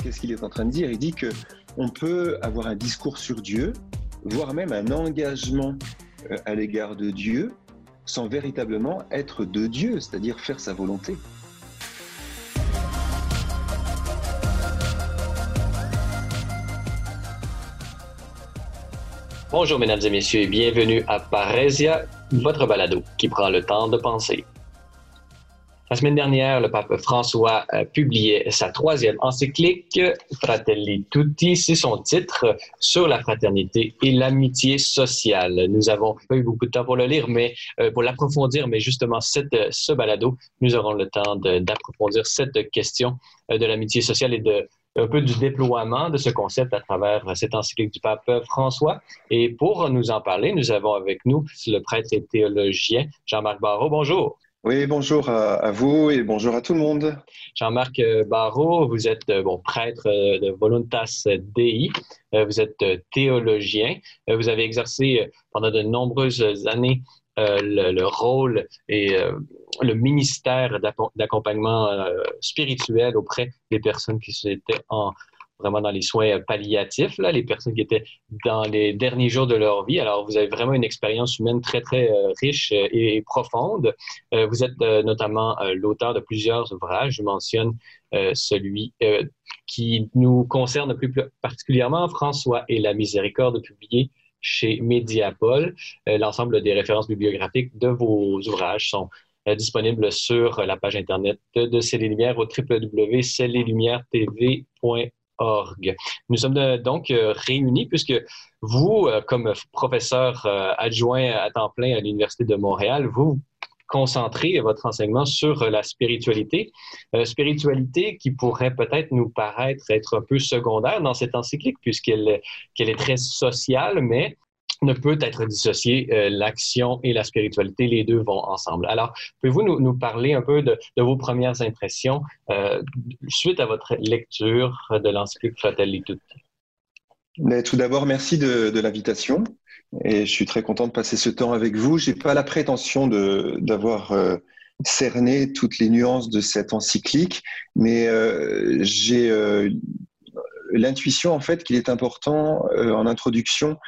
qu'est-ce qu'il est en train de dire? Il dit qu'on peut avoir un discours sur Dieu, voire même un engagement à l'égard de Dieu, sans véritablement être de Dieu, c'est-à-dire faire sa volonté. Bonjour mesdames et messieurs et bienvenue à Parésia, votre balado qui prend le temps de penser. La semaine dernière, le pape François publiait sa 3e encyclique, Fratelli Tutti, c'est son titre, sur la fraternité et l'amitié sociale. Nous n'avons pas eu beaucoup de temps pour le lire, mais pour l'approfondir, mais justement, ce balado, nous aurons le temps d'approfondir cette question de l'amitié sociale et un peu du déploiement de ce concept à travers cette encyclique du pape François. Et pour nous en parler, nous avons avec nous le prêtre et théologien Jean-Marc Barrault. Bonjour. Oui, bonjour à vous et bonjour à tout le monde. Jean-Marc Barrault, vous êtes prêtre de Voluntas Dei, vous êtes théologien, vous avez exercé pendant de nombreuses années le rôle et le ministère d'accompagnement spirituel auprès des personnes qui étaient vraiment dans les soins palliatifs, là, les personnes qui étaient dans les derniers jours de leur vie. Alors, vous avez vraiment une expérience humaine très, très riche et profonde. Vous êtes notamment l'auteur de plusieurs ouvrages. Je mentionne celui qui nous concerne plus particulièrement, François et la miséricorde, publié chez Mediapol. L'ensemble des références bibliographiques de vos ouvrages sont disponibles sur la page Internet de C'est les Lumières au www.celleslumieres.tv.org. Nous sommes donc réunis puisque vous, comme professeur adjoint à temps plein à l'Université de Montréal, vous concentrez votre enseignement sur la spiritualité. Spiritualité qui pourrait peut-être nous paraître être un peu secondaire dans cette encyclique puisqu'elle est très sociale, mais ne peut être dissociée. L'action et la spiritualité, les deux vont ensemble. Alors, pouvez-vous nous parler un peu de vos premières impressions suite à votre lecture de l'encyclique Fratelli Tutti? Mais tout d'abord, merci de l'invitation et je suis très content de passer ce temps avec vous. Je n'ai pas la prétention d'avoir cerné toutes les nuances de cette encyclique, mais j'ai l'intuition en fait qu'il est important en introduction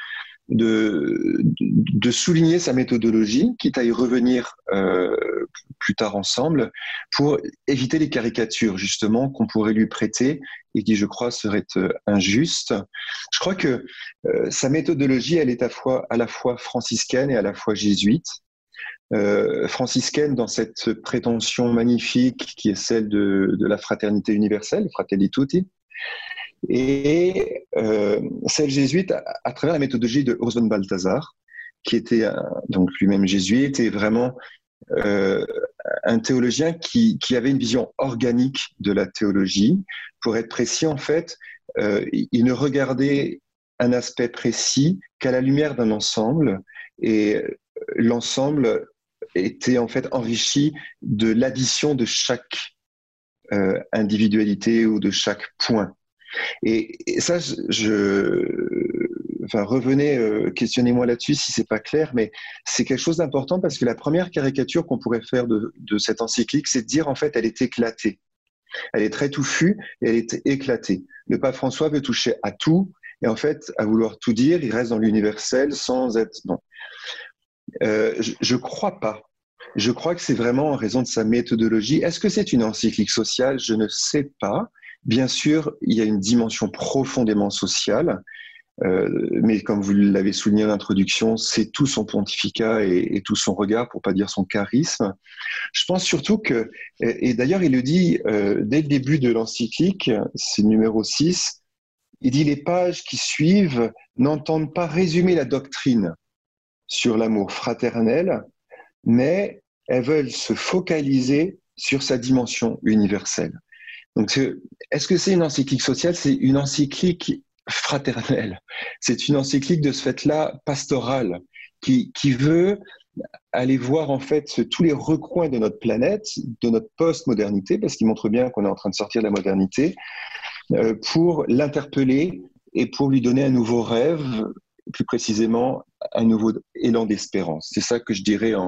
de souligner sa méthodologie, quitte à y revenir plus tard ensemble, pour éviter les caricatures justement qu'on pourrait lui prêter et qui, je crois, seraient injustes. Je crois que sa méthodologie, elle est à la fois franciscaine et à la fois jésuite. Franciscaine dans cette prétention magnifique qui est celle de la fraternité universelle, Fratelli Tutti, et celle jésuite à travers la méthodologie de Urs von Balthasar, qui était donc lui-même jésuite et vraiment un théologien qui avait une vision organique de la théologie. Pour être précis, en fait, il ne regardait un aspect précis qu'à la lumière d'un ensemble, et l'ensemble était en fait enrichi de l'addition de chaque individualité ou de chaque point. Et ça, revenez, questionnez-moi là-dessus si c'est pas clair, mais c'est quelque chose d'important parce que la première caricature qu'on pourrait faire de cette encyclique, c'est de dire en fait, elle est éclatée. Elle est très touffue et elle est éclatée. Le pape François veut toucher à tout et en fait, à vouloir tout dire, il reste dans l'universel sans être... Non. Je crois pas. Je crois que c'est vraiment en raison de sa méthodologie. Est-ce que c'est une encyclique sociale? Je ne sais pas. Bien sûr, il y a une dimension profondément sociale, mais comme vous l'avez souligné en introduction, c'est tout son pontificat et tout son regard, pour pas dire son charisme. Je pense surtout que, et d'ailleurs il le dit dès le début de l'encyclique, c'est le numéro 6, il dit « Les pages qui suivent n'entendent pas résumer la doctrine sur l'amour fraternel, mais elles veulent se focaliser sur sa dimension universelle. » Donc, est-ce que c'est une encyclique sociale? C'est une encyclique fraternelle. C'est une encyclique de ce fait-là pastorale qui veut aller voir en fait tous les recoins de notre planète, de notre post-modernité, parce qu'il montre bien qu'on est en train de sortir de la modernité, pour l'interpeller et pour lui donner un nouveau rêve, plus précisément un nouveau élan d'espérance. C'est ça que je dirais en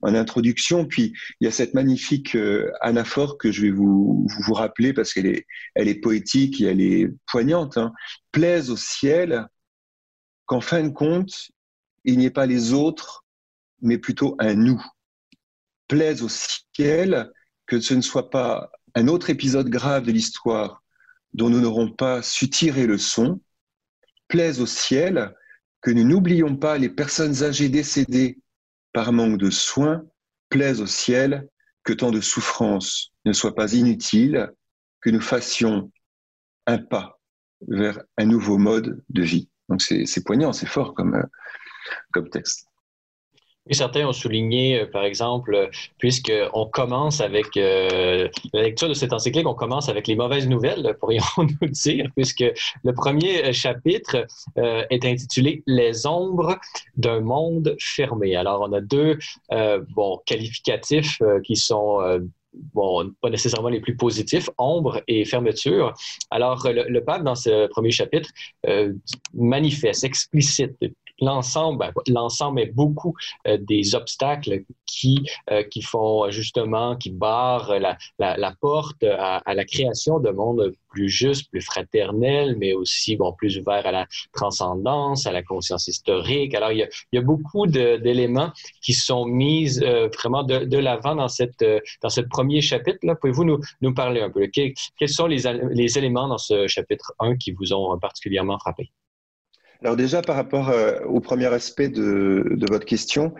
en introduction. Puis il y a cette magnifique anaphore que je vais vous rappeler parce elle est poétique et elle est poignante. Hein. Plaise au ciel qu'en fin de compte, il n'y ait pas les autres, mais plutôt un nous. Plaise au ciel que ce ne soit pas un autre épisode grave de l'histoire dont nous n'aurons pas su tirer le son. Plaise au ciel que nous n'oublions pas les personnes âgées décédées par manque de soins. Plaise au ciel que tant de souffrances ne soient pas inutiles, que nous fassions un pas vers un nouveau mode de vie. Donc c'est poignant, c'est fort comme texte. Oui, certains ont souligné, par exemple, puisqu'on commence avec la lecture de cette encyclique, on commence avec les mauvaises nouvelles, pourrions-nous dire, puisque le premier chapitre est intitulé « Les ombres d'un monde fermé ». Alors, on a deux qualificatifs qui sont pas nécessairement les plus positifs, ombre et fermeture. Alors, le pape, dans ce premier chapitre, manifeste, explicite l'ensemble est beaucoup des obstacles qui font justement, qui barrent la porte à la création d'un monde plus juste, plus fraternel, mais aussi plus ouvert à la transcendance, à la conscience historique. Alors, il y a beaucoup d'éléments qui sont mis vraiment de l'avant dans ce premier chapitre-là. Pouvez-vous nous parler un peu? Quels sont les éléments dans ce chapitre 1 qui vous ont particulièrement frappé? Alors déjà, par rapport au premier aspect de votre question,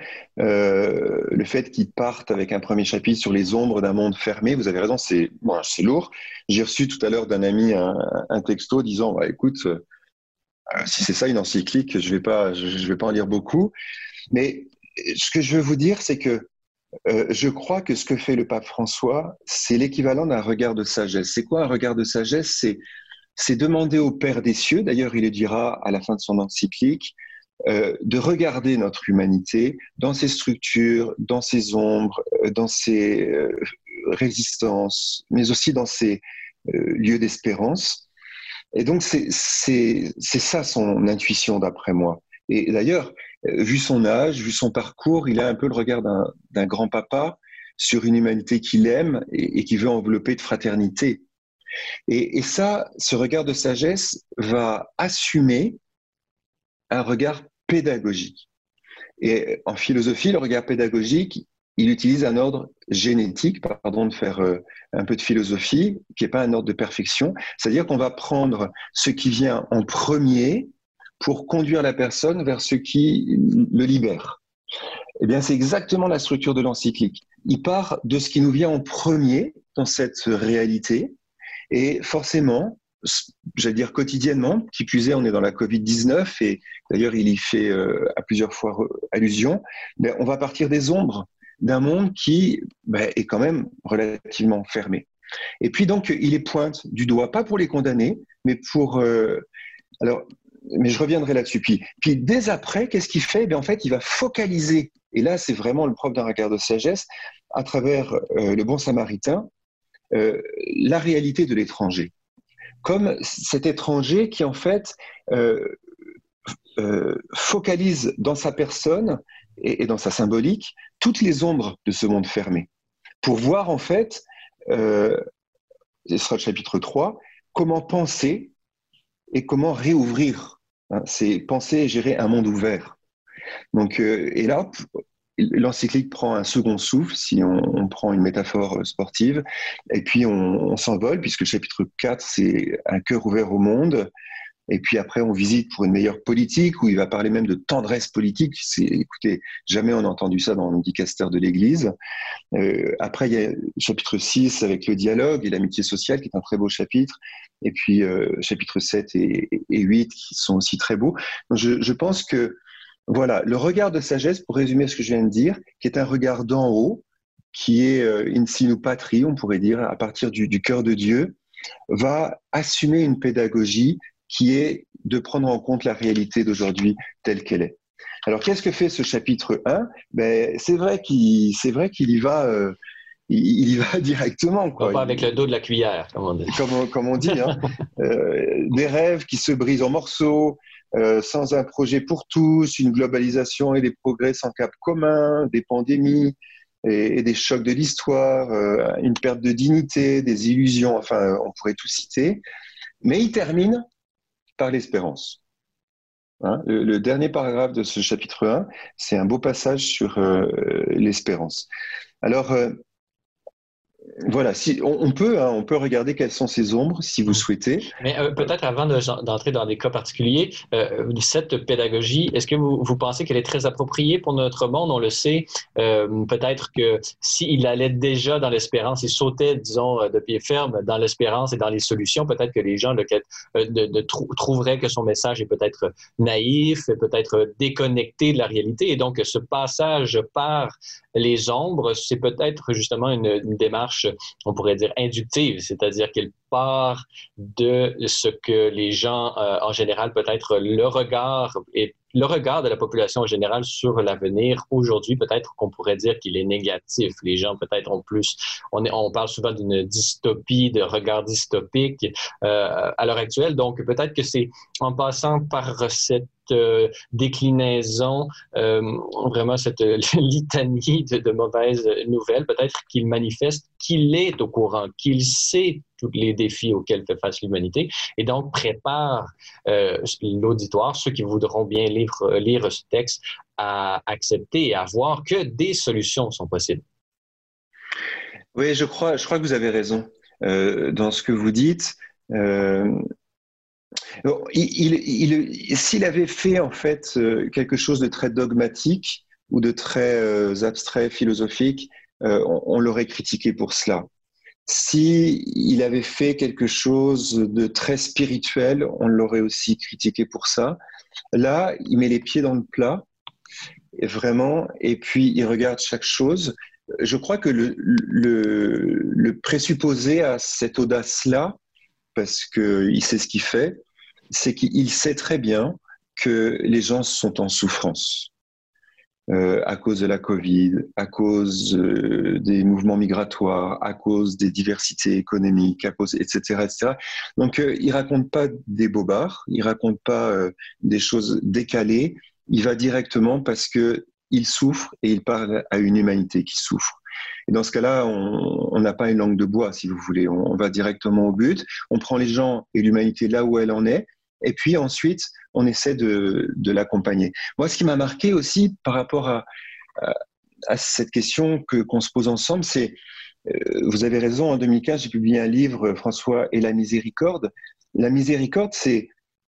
le fait qu'ils partent avec un premier chapitre sur les ombres d'un monde fermé, vous avez raison, c'est lourd. J'ai reçu tout à l'heure d'un ami un texto disant écoute, si c'est ça une encyclique, je vais pas en lire beaucoup. Mais ce que je veux vous dire, c'est que je crois que ce que fait le pape François, c'est l'équivalent d'un regard de sagesse. C'est quoi un regard de sagesse? C'est demander au Père des cieux, d'ailleurs il le dira à la fin de son encyclique, de regarder notre humanité dans ses structures, dans ses ombres, dans ses résistances, mais aussi dans ses lieux d'espérance. Et donc c'est ça son intuition d'après moi. Et d'ailleurs, vu son âge, vu son parcours, il a un peu le regard d'un grand-papa sur une humanité qu'il aime et qui veut envelopper de fraternité. Et ça, ce regard de sagesse va assumer un regard pédagogique. Et en philosophie, le regard pédagogique, il utilise un ordre génétique, pardon de faire un peu de philosophie, qui n'est pas un ordre de perfection. C'est-à-dire qu'on va prendre ce qui vient en premier pour conduire la personne vers ce qui le libère. Eh bien, c'est exactement la structure de l'encyclique. Il part de ce qui nous vient en premier dans cette réalité. Et forcément, j'allais dire quotidiennement, qui plus est, on est dans la Covid-19 et d'ailleurs il y fait à plusieurs fois allusion, mais on va partir des ombres d'un monde qui est quand même relativement fermé. Et puis donc il les pointe du doigt, pas pour les condamner, mais mais je reviendrai là-dessus. Puis dès après, qu'est-ce qu'il fait? En fait, il va focaliser, et là c'est vraiment le propre d'un regard de sagesse, à travers le bon samaritain, la réalité de l'étranger. Comme cet étranger qui, en fait, focalise dans sa personne et dans sa symbolique toutes les ombres de ce monde fermé. Pour voir, en fait, ce sera le chapitre 3, comment penser et comment réouvrir. C'est penser et gérer un monde ouvert. Donc, et là, l'encyclique prend un second souffle, si on prend une métaphore sportive, et puis on s'envole, puisque le chapitre 4, c'est un cœur ouvert au monde, et puis après on visite pour une meilleure politique, où il va parler même de tendresse politique. Écoutez, jamais on a entendu ça dans le dicaster de l'Église. Après, il y a le chapitre 6 avec le dialogue et l'amitié sociale, qui est un très beau chapitre, et puis chapitre 7 et 8, qui sont aussi très beaux. Donc, je pense que voilà, le regard de sagesse, pour résumer ce que je viens de dire, qui est un regard d'en haut, qui est in sinu patri, on pourrait dire, à partir du cœur de Dieu, va assumer une pédagogie qui est de prendre en compte la réalité d'aujourd'hui telle qu'elle est. Alors, qu'est-ce que fait ce chapitre 1? C'est vrai qu'il y va, il y va directement. Pas avec le dos de la cuillère, comme on dit. Comme on dit, hein. Des rêves qui se brisent en morceaux, sans un projet pour tous, une globalisation et des progrès sans cap commun, des pandémies, et des chocs de l'histoire, une perte de dignité, des illusions, enfin, on pourrait tout citer. Mais il termine par l'espérance. Hein, le dernier paragraphe de ce chapitre 1, c'est un beau passage sur l'espérance. Alors, voilà, si, on peut regarder quelles sont ces ombres, si vous souhaitez. Mais peut-être avant d'entrer dans des cas particuliers, cette pédagogie, est-ce que vous pensez qu'elle est très appropriée pour notre monde? On le sait, peut-être que s'il allait déjà dans l'espérance, il sautait, disons, de pied ferme dans l'espérance et dans les solutions, peut-être que les gens trouveraient que son message est peut-être naïf, peut-être déconnecté de la réalité. Et donc, ce passage par les ombres, c'est peut-être justement une démarche, on pourrait dire, inductive, c'est-à-dire qu'elle part de ce que les gens, en général, peut-être le regard de la population en général sur l'avenir. Aujourd'hui, peut-être qu'on pourrait dire qu'il est négatif. Les gens peut-être ont plus, on parle souvent d'une dystopie, de regard dystopique à l'heure actuelle. Donc, peut-être que c'est en passant par cette déclinaison, vraiment cette litanie de mauvaises nouvelles, peut-être qu'il manifeste qu'il est au courant, qu'il sait tous les défis auxquels fait face l'humanité et donc prépare l'auditoire, ceux qui voudront bien lire ce texte, à accepter et à voir que des solutions sont possibles. Oui, je crois que vous avez raison dans ce que vous dites. S'il avait fait en fait quelque chose de très dogmatique ou de très abstrait, philosophique, on l'aurait critiqué pour cela. S'il avait fait quelque chose de très spirituel, on l'aurait aussi critiqué pour ça. Là, il met les pieds dans le plat, vraiment, et puis il regarde chaque chose. Je crois que le présupposé à cette audace-là, parce qu'il sait ce qu'il fait, c'est qu'il sait très bien que les gens sont en souffrance à cause de la Covid, à cause des mouvements migratoires, à cause des diversités économiques, à cause, etc., etc. Donc, il raconte pas des bobards, il raconte pas des choses décalées. Il va directement parce que il souffre et il parle à une humanité qui souffre. Et dans ce cas-là, on n'a pas une langue de bois, si vous voulez. On va directement au but. On prend les gens et l'humanité là où elle en est. Et puis ensuite, on essaie de l'accompagner. Moi, ce qui m'a marqué aussi par rapport à cette question qu'on se pose ensemble, c'est, vous avez raison, en 2015, j'ai publié un livre, François et la miséricorde. La miséricorde, c'est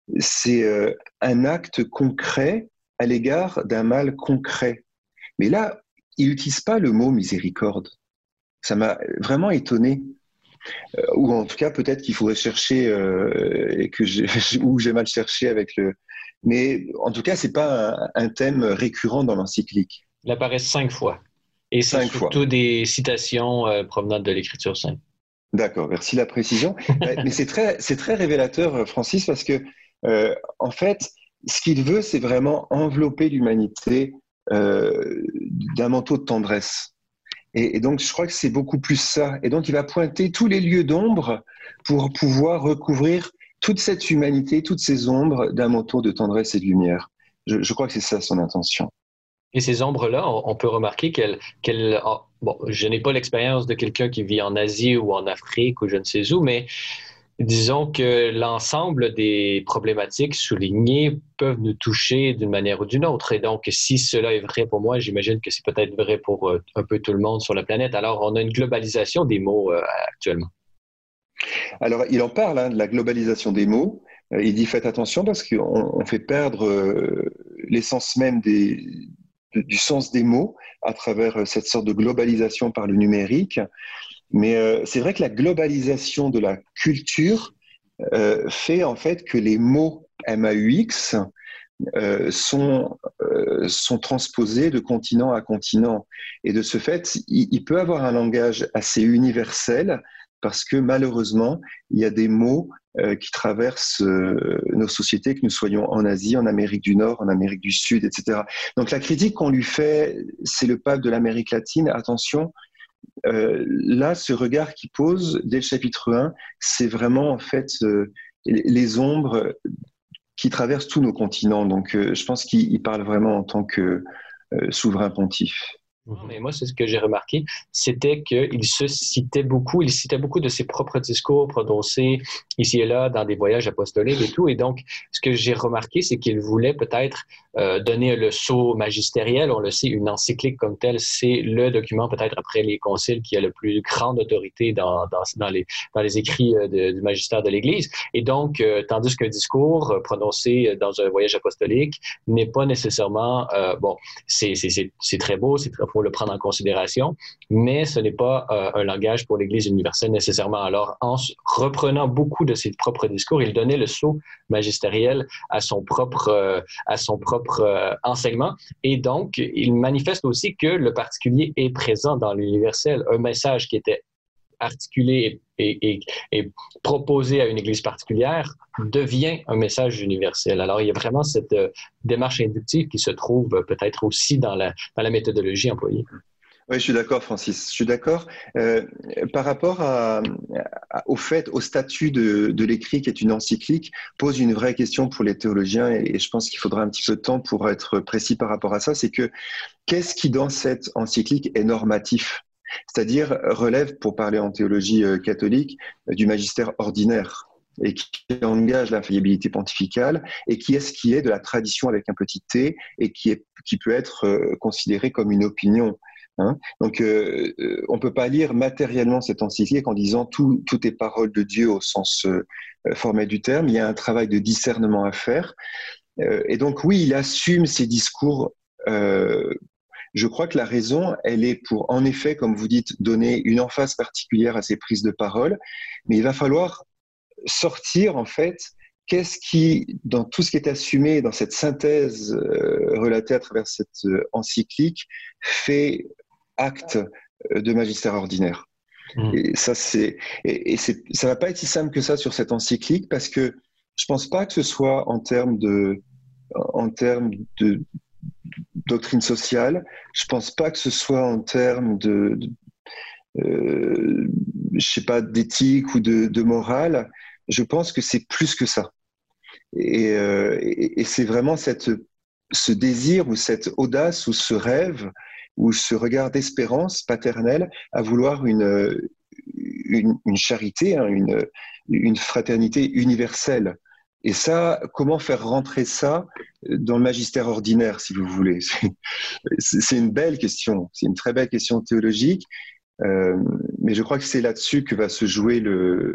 un acte concret à l'égard d'un mal concret. Mais là, il n'utilise pas le mot miséricorde. Ça m'a vraiment étonné. Ou en tout cas, peut-être qu'il faudrait chercher et que ou j'ai mal cherché avec le. Mais en tout cas, c'est pas un thème récurrent dans l'encyclique. Il apparaît 5 fois. Et c'est 5 fois. surtout des citations provenant de l'Écriture sainte. D'accord, merci la précision. Mais c'est très révélateur, Francis, parce que en fait, ce qu'il veut, c'est vraiment envelopper l'humanité d'un manteau de tendresse. Et donc, je crois que c'est beaucoup plus ça. Et donc, il va pointer tous les lieux d'ombre pour pouvoir recouvrir toute cette humanité, toutes ces ombres d'un manteau de tendresse et de lumière. Je crois que c'est ça son intention. Et ces ombres-là, on peut remarquer bon, je n'ai pas l'expérience de quelqu'un qui vit en Asie ou en Afrique ou je ne sais où, mais disons que l'ensemble des problématiques soulignées peuvent nous toucher d'une manière ou d'une autre. Et donc, si cela est vrai pour moi, j'imagine que c'est peut-être vrai pour un peu tout le monde sur la planète. Alors, on a une globalisation des mots actuellement. Alors, il en parle de la globalisation des mots. Il dit faites attention parce qu'on fait perdre l'essence même du sens des mots à travers cette sorte de globalisation par le numérique. Mais c'est vrai que la globalisation de la culture fait en fait que les mots MAUX sont transposés de continent à continent. Et de ce fait, il peut avoir un langage assez universel parce que malheureusement, il y a des mots qui traversent nos sociétés, que nous soyons en Asie, en Amérique du Nord, en Amérique du Sud, etc. Donc la critique qu'on lui fait, c'est le pape de l'Amérique latine. Attention, là, ce regard qu'il pose dès le chapitre 1, c'est vraiment en fait les ombres qui traversent tous nos continents. Donc je pense qu'il parle vraiment en tant que souverain pontife. Mais moi, c'est ce que j'ai remarqué, c'était qu'il citait beaucoup de ses propres discours prononcés ici et là dans des voyages apostoliques et tout. Et donc, ce que j'ai remarqué, c'est qu'il voulait peut-être donner le sceau magistériel. On le sait, une encyclique comme telle, c'est le document peut-être après les conciles qui a le plus grande autorité dans les écrits du magistère de l'Église. Et donc, tandis qu'un discours prononcé dans un voyage apostolique n'est pas nécessairement, c'est très beau, faut le prendre en considération, mais ce n'est pas un langage pour l'Église universelle nécessairement. Alors, en reprenant beaucoup de ses propres discours, il donnait le sceau magistériel à son propre enseignement. Et donc, il manifeste aussi que le particulier est présent dans l'universel. Un message qui était articulé et proposé à une Église particulière devient un message universel. Alors, il y a vraiment cette démarche inductive qui se trouve peut-être aussi dans la méthodologie employée. Oui, je suis d'accord, Francis. Je suis d'accord. Par rapport au statut de l'écrit qui est une encyclique, pose une vraie question pour les théologiens et je pense qu'il faudra un petit peu de temps pour être précis par rapport à ça. C'est que qu'est-ce qui, dans cette encyclique, est normatif ? C'est-à-dire relève, pour parler en théologie catholique, du magistère ordinaire et qui engage l'infaillibilité pontificale et qui est de la tradition avec un petit t et qui peut être considéré comme une opinion. Hein. Donc, on ne peut pas lire matériellement cette encyclique en disant tout est parole de Dieu au sens formel du terme. Il y a un travail de discernement à faire. Et donc, oui, il assume ses discours. Je crois que la raison, elle est pour, en effet, comme vous dites, donner une emphase particulière à ses prises de parole. Mais il va falloir sortir, en fait, qu'est-ce qui, dans tout ce qui est assumé, dans cette synthèse relatée à travers cette encyclique, fait acte de magistère ordinaire. Et ça, ça va pas être si simple que ça sur cette encyclique parce que je pense pas que ce soit en termes de doctrine sociale, je pense pas que ce soit en termes je sais pas, d'éthique ou de morale. Je pense que c'est plus que ça. Et c'est vraiment ce désir ou cette audace ou ce rêve ou ce regard d'espérance paternelle à vouloir une charité, hein, une fraternité universelle. Et ça, comment faire rentrer ça dans le magistère ordinaire, si vous voulez? C'est une belle question, c'est une très belle question théologique, mais je crois que c'est là-dessus que va se jouer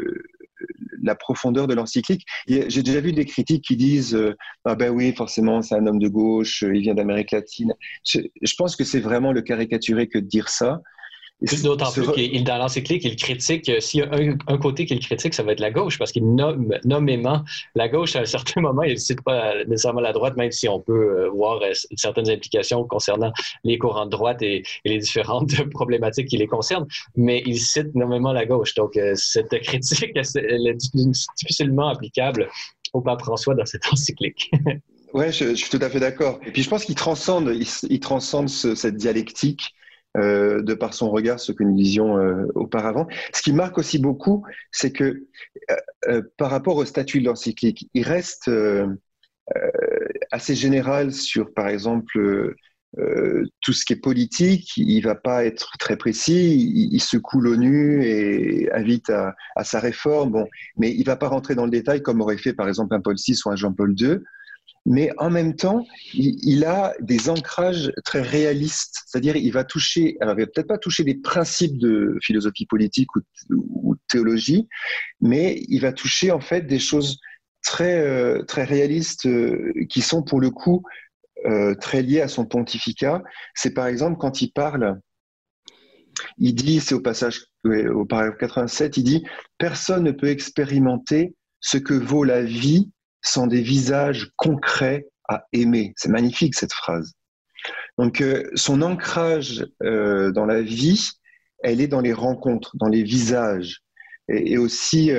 la profondeur de l'encyclique. J'ai déjà vu des critiques qui disent ah ben oui, forcément, c'est un homme de gauche, il vient d'Amérique latine. Je pense que c'est vraiment le caricaturer que de dire ça. D'autant plus qu'il, dans l'encyclique, il critique, s'il y a un côté qu'il critique, ça va être la gauche, parce qu'il nomme nommément la gauche à un certain moment. Il ne cite pas nécessairement la droite, même si on peut voir certaines implications concernant les courants de droite et les différentes problématiques qui les concernent, mais il cite nommément la gauche. Donc, cette critique, elle est difficilement applicable au pape François dans cette encyclique. Oui, je suis tout à fait d'accord. Et puis, je pense qu'il transcende cette dialectique de par son regard, ce que nous disions auparavant. Ce qui marque aussi beaucoup, c'est que par rapport au statut de l'encyclique, il reste assez général sur, par exemple, tout ce qui est politique. Il ne va pas être très précis. Il secoue l'ONU et invite à sa réforme. Bon, mais il ne va pas rentrer dans le détail comme aurait fait, par exemple, un Paul VI ou un Jean-Paul II. Mais en même temps, il a des ancrages très réalistes. C'est-à-dire, il va peut-être pas toucher des principes de philosophie politique ou théologie, mais il va toucher en fait des choses très, très réalistes qui sont pour le coup très liées à son pontificat. C'est par exemple quand il parle, il dit, c'est au paragraphe 87, il dit « Personne ne peut expérimenter ce que vaut la vie sans des visages concrets à aimer ». C'est magnifique cette phrase. Donc son ancrage dans la vie, elle est dans les rencontres, dans les visages. Et aussi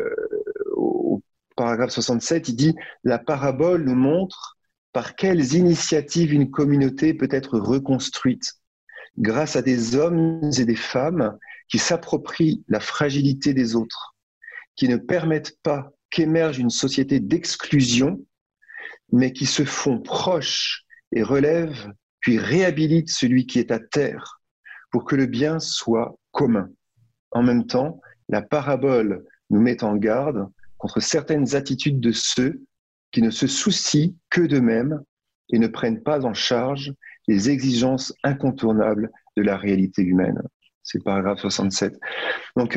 au paragraphe 67, il dit « La parabole nous montre par quelles initiatives une communauté peut être reconstruite grâce à des hommes et des femmes qui s'approprient la fragilité des autres, qui ne permettent pas qu'émerge une société d'exclusion, mais qui se font proches et relèvent puis réhabilite celui qui est à terre pour que le bien soit commun. En même temps, la parabole nous met en garde contre certaines attitudes de ceux qui ne se soucient que d'eux-mêmes et ne prennent pas en charge les exigences incontournables de la réalité humaine. C'est le paragraphe 67. Donc,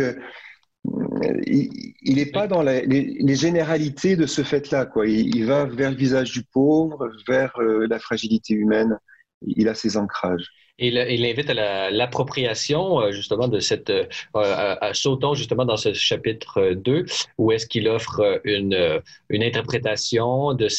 il n'est pas dans les généralités de ce fait-là, quoi. Il va vers le visage du pauvre, vers la fragilité humaine. Il a ses ancrages. Et il invite à l'appropriation, justement, de cette... sautons, justement, dans ce chapitre 2, où est-ce qu'il offre une interprétation de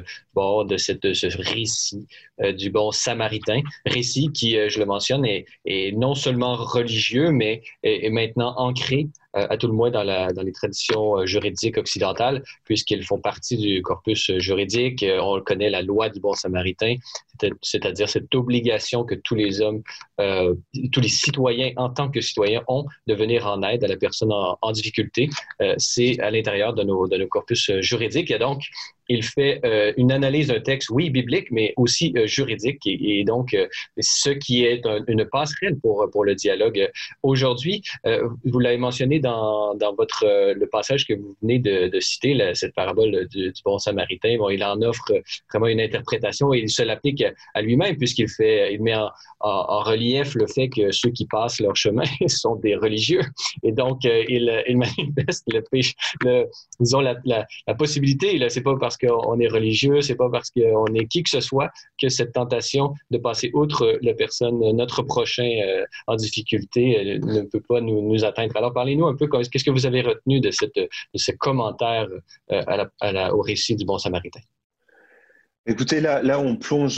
ce récit du bon Samaritain. Récit qui, je le mentionne, est non seulement religieux, mais est maintenant ancré à tout le moins dans les traditions juridiques occidentales, puisqu'ils font partie du corpus juridique. On connaît la loi du bon Samaritain, c'est-à-dire cette obligation que tous les hommes, tous les citoyens, en tant que citoyens, ont de venir en aide à la personne en difficulté. C'est à l'intérieur de nos corpus juridiques. Et donc, il fait une analyse d'un texte, oui, biblique, mais aussi juridique, et donc ce qui est une passerelle pour le dialogue aujourd'hui. Vous l'avez mentionné dans le passage que vous venez de citer, cette parabole du bon Samaritain. Bon, il en offre vraiment une interprétation et il se l'applique à lui-même, il met en relief le fait que ceux qui passent leur chemin sont des religieux. Et donc, il manifeste disons, la possibilité. Là, c'est pas parce qu'on est religieux, c'est pas parce qu'on est qui que ce soit que cette tentation de passer outre la personne, notre prochain en difficulté, ne peut pas nous atteindre. Alors, parlez-nous un peu, qu'est-ce que vous avez retenu de ce commentaire au récit du bon Samaritain? Écoutez, là, on plonge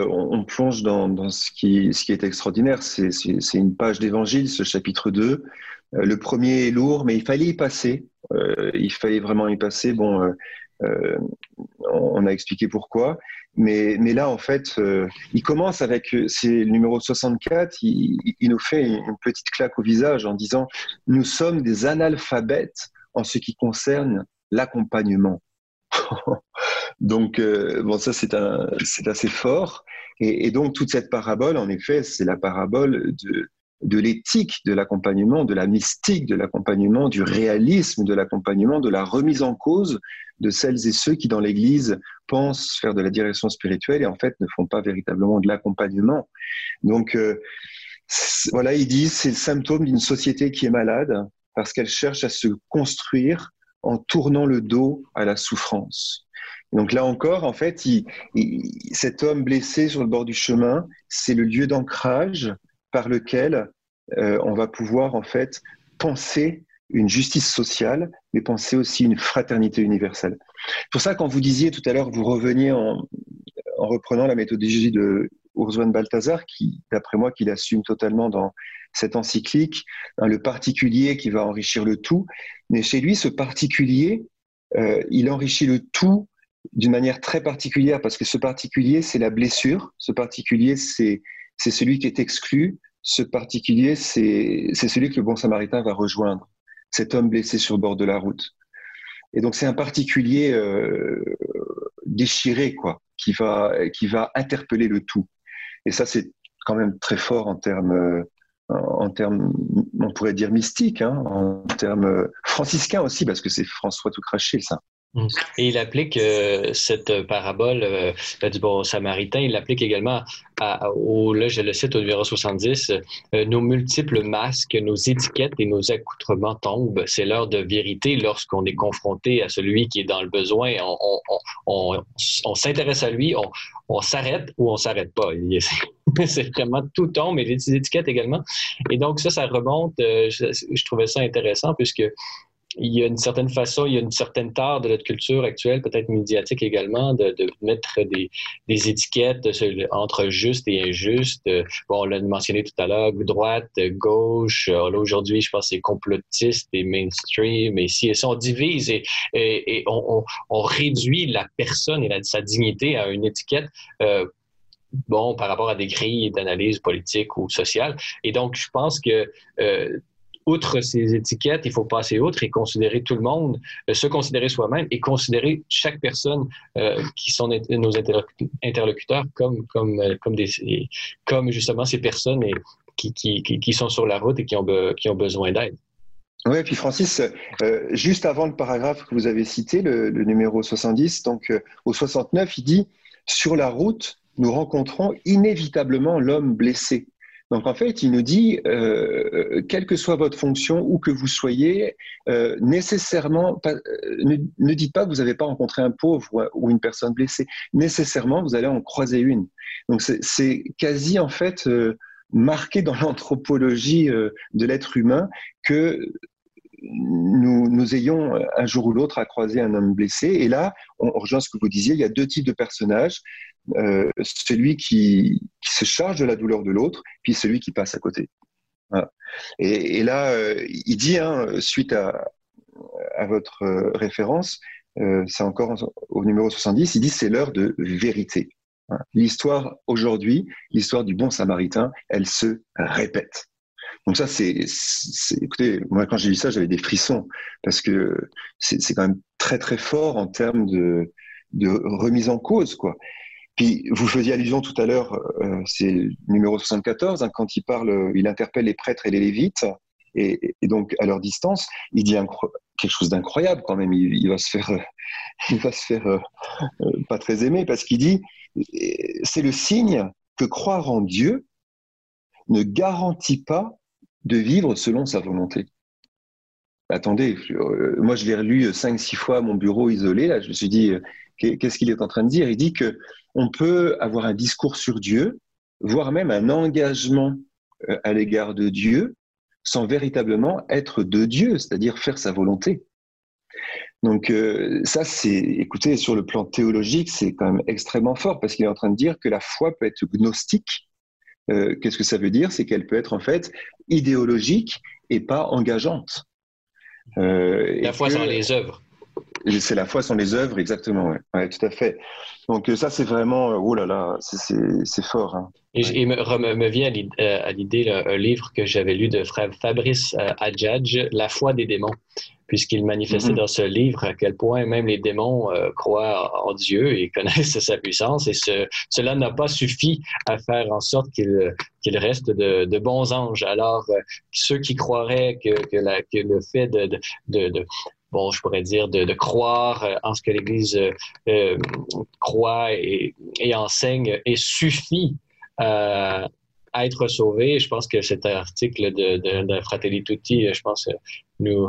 dans ce qui est extraordinaire. C'est une page d'évangile, ce chapitre 2. Le premier est lourd, mais il fallait y passer. Il fallait vraiment y passer. Bon, on a expliqué pourquoi. Mais là, en fait, il commence avec, c'est le numéro 64, il nous fait une petite claque au visage en disant « Nous sommes des analphabètes en ce qui concerne l'accompagnement ». Donc, bon, ça, c'est assez fort. Et donc, toute cette parabole, en effet, c'est la parabole de l'éthique de l'accompagnement, de la mystique de l'accompagnement, du réalisme de l'accompagnement, de la remise en cause de celles et ceux qui, dans l'Église, pensent faire de la direction spirituelle et en fait ne font pas véritablement de l'accompagnement. Donc, voilà, ils disent c'est le symptôme d'une société qui est malade parce qu'elle cherche à se construire en tournant le dos à la souffrance. Donc là encore, en fait, cet homme blessé sur le bord du chemin, c'est le lieu d'ancrage par lequel on va pouvoir en fait penser une justice sociale, mais penser aussi une fraternité universelle. C'est pour ça, quand vous disiez tout à l'heure, vous reveniez en reprenant la méthodologie de Urs von Balthasar, qui, d'après moi, qu'il assume totalement dans cette encyclique, le particulier qui va enrichir le tout. Mais chez lui, ce particulier, il enrichit le tout d'une manière très particulière, parce que ce particulier, c'est la blessure, ce particulier, c'est celui qui est exclu, ce particulier, c'est celui que le bon Samaritain va rejoindre, cet homme blessé sur le bord de la route. Et donc, c'est un particulier déchiré, quoi, qui va interpeller le tout. Et ça, c'est quand même très fort en termes, on pourrait dire mystiques, hein, en termes franciscains aussi, parce que c'est François tout craché, ça. Et il applique cette parabole du bon Samaritain, il l'applique également là je le cite au numéro 70, nos multiples masques, nos étiquettes et nos accoutrements tombent. C'est l'heure de vérité lorsqu'on est confronté à celui qui est dans le besoin. On s'intéresse à lui, on s'arrête ou on s'arrête pas. C'est vraiment tout tombe, mais les étiquettes également. Et donc ça remonte, je trouvais ça intéressant puisque il y a une certaine façon, il y a une certaine tare de notre culture actuelle, peut-être médiatique également, de mettre des étiquettes entre juste et injuste. Bon, on l'a mentionné tout à l'heure, droite, gauche. Là, aujourd'hui, je pense que c'est complotiste et mainstream. Et si et ça, on divise et on réduit la personne et sa dignité à une étiquette. Bon, par rapport à des grilles d'analyse politique ou sociale. Et donc, je pense que outre ces étiquettes, il faut passer outre et considérer tout le monde, se considérer soi-même et considérer chaque personne qui sont nos interlocuteurs comme justement ces personnes qui sont sur la route et qui ont besoin d'aide. Oui, puis Francis, juste avant le paragraphe que vous avez cité, le numéro 70, donc au 69, il dit « Sur la route, nous rencontrons inévitablement l'homme blessé ». Donc en fait, il nous dit, quelle que soit votre fonction, où que vous soyez, nécessairement, ne dites pas que vous n'avez pas rencontré un pauvre ou une personne blessée. Nécessairement, vous allez en croiser une. Donc c'est quasi en fait marqué dans l'anthropologie de l'être humain que nous ayons un jour ou l'autre à croiser un homme blessé. Et là, on rejoint ce que vous disiez, il y a deux types de personnages. Celui qui se charge de la douleur de l'autre, puis celui qui passe à côté. Voilà. Et là, il dit, suite à votre référence, c'est encore au numéro 70, il dit c'est l'heure de vérité. L'histoire aujourd'hui, l'histoire du bon samaritain, elle se répète. Donc ça, écoutez, moi quand j'ai lu ça, j'avais des frissons parce que c'est quand même très très fort en termes de remise en cause, quoi. Puis vous faisiez allusion tout à l'heure, c'est le numéro 74, quand il interpelle les prêtres et les lévites, et donc à leur distance, il dit quelque chose d'incroyable quand même. Il va se faire pas très aimer parce qu'il dit c'est le signe que croire en Dieu ne garantit pas de vivre selon sa volonté. Attendez, moi je l'ai relu 5-6 fois à mon bureau isolé, là je me suis dit, qu'est-ce qu'il est en train de dire? Il dit qu'on peut avoir un discours sur Dieu, voire même un engagement à l'égard de Dieu, sans véritablement être de Dieu, c'est-à-dire faire sa volonté. Donc ça, écoutez, sur le plan théologique, c'est quand même extrêmement fort, parce qu'il est en train de dire que la foi peut être gnostique. Qu'est-ce que ça veut dire? C'est qu'elle peut être en fait idéologique et pas engageante. La foi sans les œuvres. C'est la foi sans les œuvres, exactement. Ouais. Ouais, tout à fait. Donc ça, c'est vraiment, oh là là, c'est fort. Hein. Et me vient à l'idée un livre que j'avais lu de frère Fabrice Adjadj, La foi des démons, puisqu'il manifestait dans ce livre à quel point même les démons croient en Dieu et connaissent sa puissance, et cela n'a pas suffi à faire en sorte qu'ils restent de bons anges. Alors, ceux qui croiraient que le fait bon, je pourrais dire, de croire en ce que l'Église croit et enseigne et suffit à être sauvé. Je pense que cet article de Fratelli Tutti, je pense, nous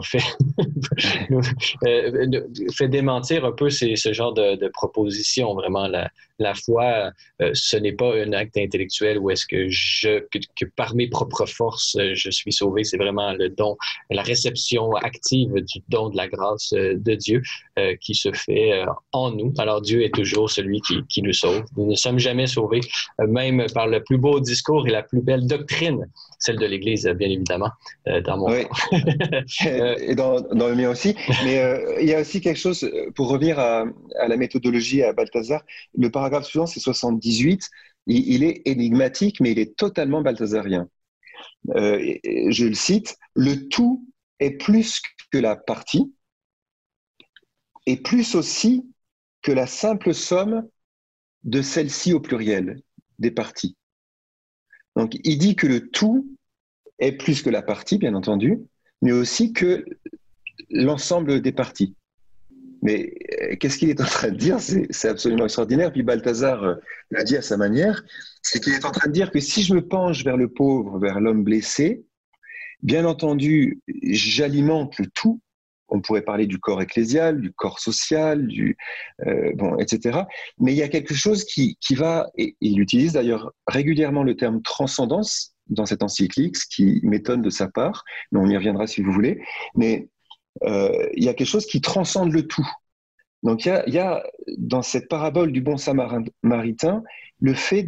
fait démentir un peu ce genre de proposition. Vraiment, la foi, ce n'est pas un acte intellectuel où est-ce que par mes propres forces, je suis sauvé. C'est vraiment le don, la réception active du don de la grâce de Dieu qui se fait en nous. Alors, Dieu est toujours celui qui nous sauve. Nous ne sommes jamais sauvés, même par le plus beau discours et la plus belle doctrine, celle de l'Église, bien évidemment, dans mon oui. Et dans le mien aussi. Mais il y a aussi quelque chose, pour revenir à la méthodologie à Balthazar, le paragraphe suivant, c'est 78. Il est énigmatique, mais il est totalement balthazarien. Je le cite, « Le tout est plus que la partie, et plus aussi que la simple somme de celle-ci au pluriel, des parties. » Donc, il dit que le tout est plus que la partie, bien entendu, mais aussi que l'ensemble des parties. Mais qu'est-ce qu'il est en train de dire? C'est absolument extraordinaire. Puis Balthazar l'a dit à sa manière, c'est qu'il est en train de dire que si je me penche vers le pauvre, vers l'homme blessé, bien entendu, j'alimente le tout. On pourrait parler du corps ecclésial, du corps social, etc. Mais il y a quelque chose qui va, et il utilise d'ailleurs régulièrement le terme transcendance dans cette encyclique, ce qui m'étonne de sa part, mais on y reviendra si vous voulez. Mais il y a quelque chose qui transcende le tout. Donc il y a dans cette parabole du bon samaritain le fait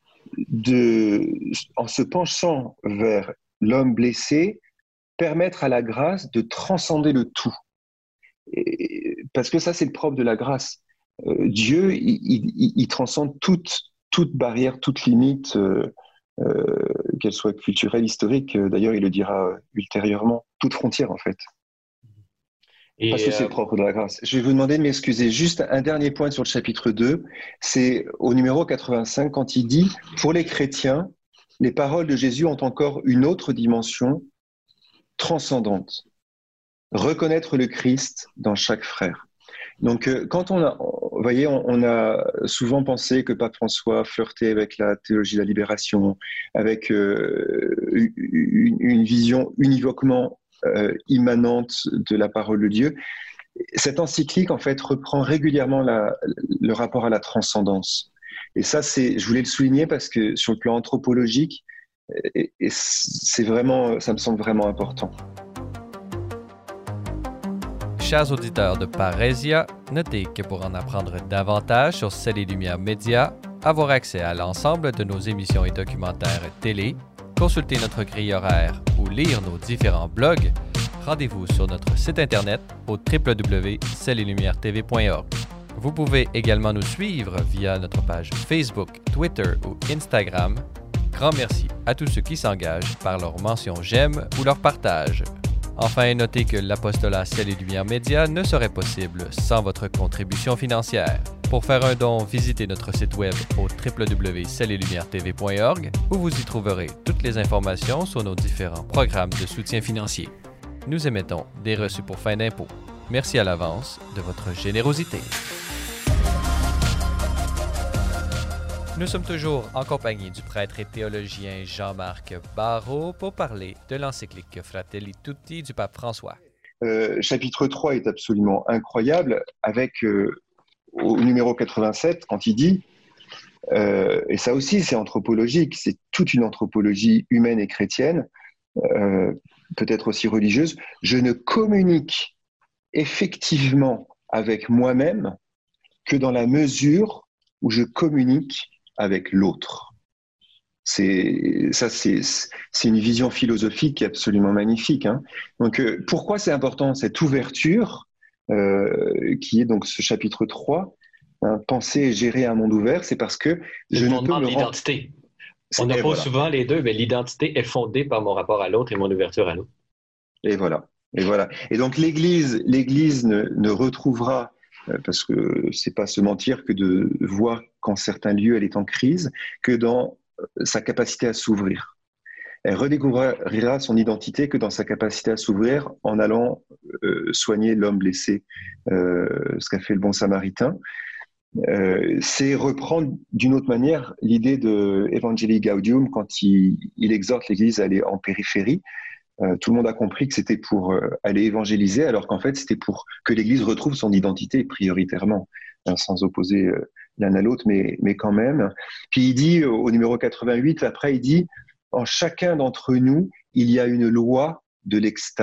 en se penchant vers l'homme blessé, permettre à la grâce de transcender le tout. Parce que ça, c'est le propre de la grâce. Dieu, il transcende toute barrière, toute limite qu'elle soit culturelle, historique. D'ailleurs, il le dira ultérieurement. Toute frontière, en fait. Parce que c'est propre de la grâce. Je vais vous demander de m'excuser. Juste un dernier point sur le chapitre 2. C'est au numéro 85 quand il dit « Pour les chrétiens, les paroles de Jésus ont encore une autre dimension transcendante. Reconnaître le Christ dans chaque frère. » Donc, quand vous voyez, on a souvent pensé que Pape François flirtait avec la théologie de la libération, avec une vision univoquement immanente de la parole de Dieu. Cette encyclique, en fait, reprend régulièrement le rapport à la transcendance. Et ça, je voulais le souligner parce que sur le plan anthropologique, c'est vraiment, ça me semble vraiment important. Chers auditeurs de Parésia, notez que pour en apprendre davantage sur Ciel et Lumière Média, avoir accès à l'ensemble de nos émissions et documentaires télé, consulter notre grille horaire ou lire nos différents blogs, rendez-vous sur notre site internet au www.cieletlumière-tv.org. Vous pouvez également nous suivre via notre page Facebook, Twitter ou Instagram. Grand merci à tous ceux qui s'engagent par leur mention j'aime ou leur partage. Enfin, notez que l'apostolat Ciel et Lumière Média ne serait possible sans votre contribution financière. Pour faire un don, visitez notre site web au www.cieletlumière-tv.org où vous y trouverez toutes les informations sur nos différents programmes de soutien financier. Nous émettons des reçus pour fin d'impôt. Merci à l'avance de votre générosité. Nous sommes toujours en compagnie du prêtre et théologien Jean-Marc Barrault pour parler de l'encyclique Fratelli Tutti du pape François. Chapitre 3 est absolument incroyable avec au numéro 87 quand il dit, et ça aussi c'est anthropologique, c'est toute une anthropologie humaine et chrétienne, peut-être aussi religieuse, je ne communique effectivement avec moi-même que dans la mesure où je communique avec l'autre. C'est une vision philosophique qui est absolument magnifique. Hein. Donc, pourquoi c'est important cette ouverture qui est donc ce chapitre 3, hein, penser et gérer un monde ouvert, c'est parce que je ne peux me l'identité. On oppose souvent les deux, mais l'identité est fondée par mon rapport à l'autre et mon ouverture à l'autre. Et voilà. Et donc l'Église ne retrouvera, parce que c'est pas se mentir que de voir qu'en certains lieux elle est en crise, que dans sa capacité à s'ouvrir. Elle redécouvrira son identité que dans sa capacité à s'ouvrir en allant soigner l'homme blessé, ce qu'a fait le bon samaritain. C'est reprendre d'une autre manière l'idée de Evangelii Gaudium quand il exhorte l'Église à aller en périphérie. Tout le monde a compris que c'était pour aller évangéliser, alors qu'en fait, c'était pour que l'Église retrouve son identité prioritairement, sans opposer l'un à l'autre, mais quand même. Puis il dit, au numéro 88, après, il dit « En chacun d'entre nous, il y a une loi de l'extase ».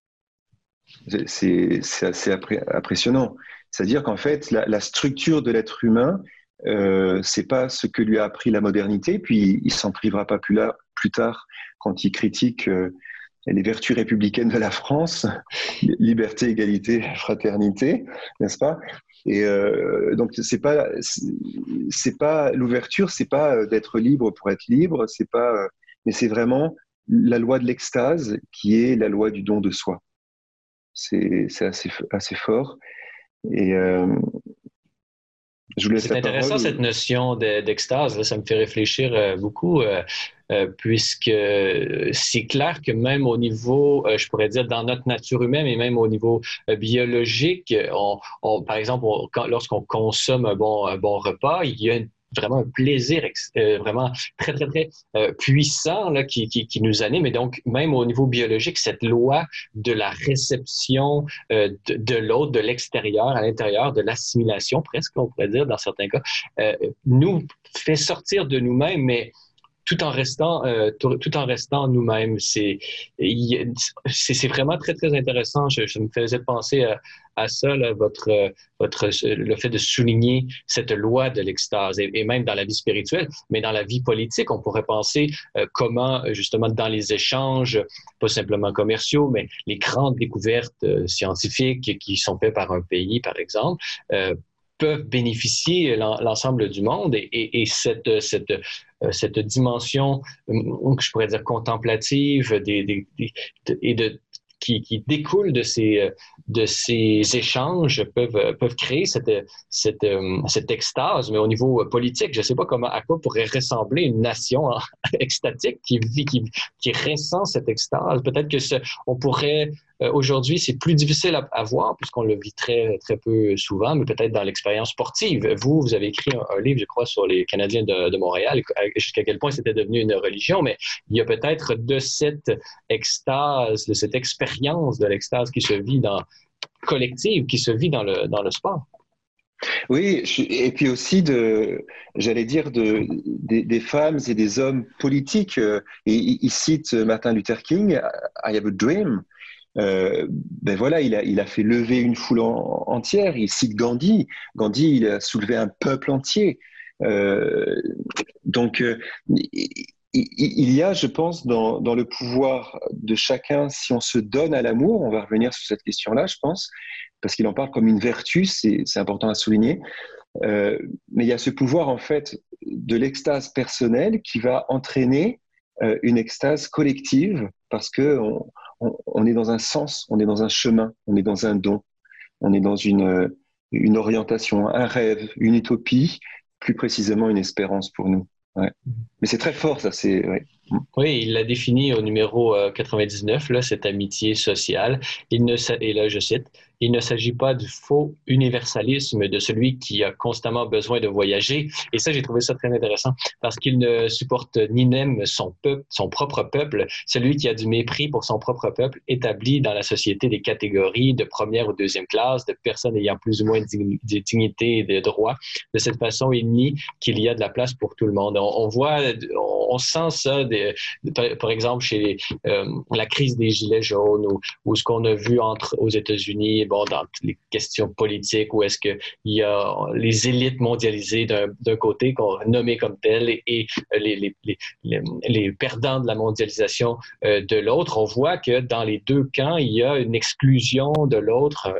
C'est assez impressionnant. C'est-à-dire qu'en fait, la structure de l'être humain, c'est pas ce que lui a appris la modernité, puis il s'en privera pas plus tard quand il critique les vertus républicaines de la France, liberté, égalité, fraternité, n'est-ce pas? Et donc c'est pas l'ouverture, c'est pas d'être libre pour être libre, c'est pas, mais c'est vraiment la loi de l'extase qui est la loi du don de soi. C'est assez fort. Et je vous laisse c'est intéressant cette notion d'extase. Là, ça me fait réfléchir beaucoup, puisque c'est clair que même au niveau, je pourrais dire, dans notre nature humaine et même au niveau biologique, par exemple, lorsqu'on consomme un bon repas, il y a vraiment un plaisir vraiment très, très, très puissant là, qui nous anime. Et donc, même au niveau biologique, cette loi de la réception de l'autre, de l'extérieur à l'intérieur, de l'assimilation presque, on pourrait dire dans certains cas, nous fait sortir de nous-mêmes, mais tout en restant nous-mêmes. C'est vraiment très, très intéressant. Je me faisais penser à ça, là, le fait de souligner cette loi de l'extase, et même dans la vie spirituelle, mais dans la vie politique, on pourrait penser comment, justement, dans les échanges, pas simplement commerciaux, mais les grandes découvertes scientifiques qui sont faites par un pays, par exemple, peuvent bénéficier l'ensemble du monde et cette dimension que je pourrais dire contemplative qui découlent de ces échanges peuvent créer cette extase, mais au niveau politique, je ne sais pas à quoi pourrait ressembler une nation extatique qui ressent cette extase. Peut-être que on pourrait aujourd'hui, c'est plus difficile à voir puisqu'on le vit très, très peu souvent, mais peut-être dans l'expérience sportive. Vous avez écrit un livre, je crois, sur les Canadiens de Montréal, jusqu'à quel point c'était devenu une religion, mais il y a peut-être de cette extase, de cette expérience de l'extase qui se vit collective, qui se vit dans le sport. Oui, et puis aussi j'allais dire, des femmes et des hommes politiques. Et il cite Martin Luther King, I have a dream. Ben voilà, il a fait lever une foule entière. Il cite Gandhi. Gandhi, il a soulevé un peuple entier. Donc, il y a, je pense, dans le pouvoir de chacun, si on se donne à l'amour, on va revenir sur cette question-là, je pense, parce qu'il en parle comme une vertu, c'est important à souligner. Mais il y a ce pouvoir, en fait, de l'extase personnelle qui va entraîner une extase collective, parce que on est dans un sens, on est dans un chemin, on est dans un don, on est dans une orientation, un rêve, une utopie, plus précisément une espérance pour nous. Ouais. Mais c'est très fort, ça. Ouais. Oui, il l'a défini au numéro 99, là, cette amitié sociale. Et là, je cite, « Il ne s'agit pas du faux universalisme de celui qui a constamment besoin de voyager. » Et ça, j'ai trouvé ça très intéressant parce qu'il ne supporte ni n'aime son peuple, son propre peuple, celui qui a du mépris pour son propre peuple, établi dans la société des catégories de première ou deuxième classe, de personnes ayant plus ou moins de dignité et de droits. De cette façon, il nie qu'il y a de la place pour tout le monde. On sent ça, par exemple, chez la crise des Gilets jaunes ou ce qu'on a vu aux États-Unis, dans les questions politiques, où est-ce qu'il y a les élites mondialisées d'un côté, qu'on a nommé comme telles, et les perdants de la mondialisation de l'autre. On voit que dans les deux camps, il y a une exclusion de l'autre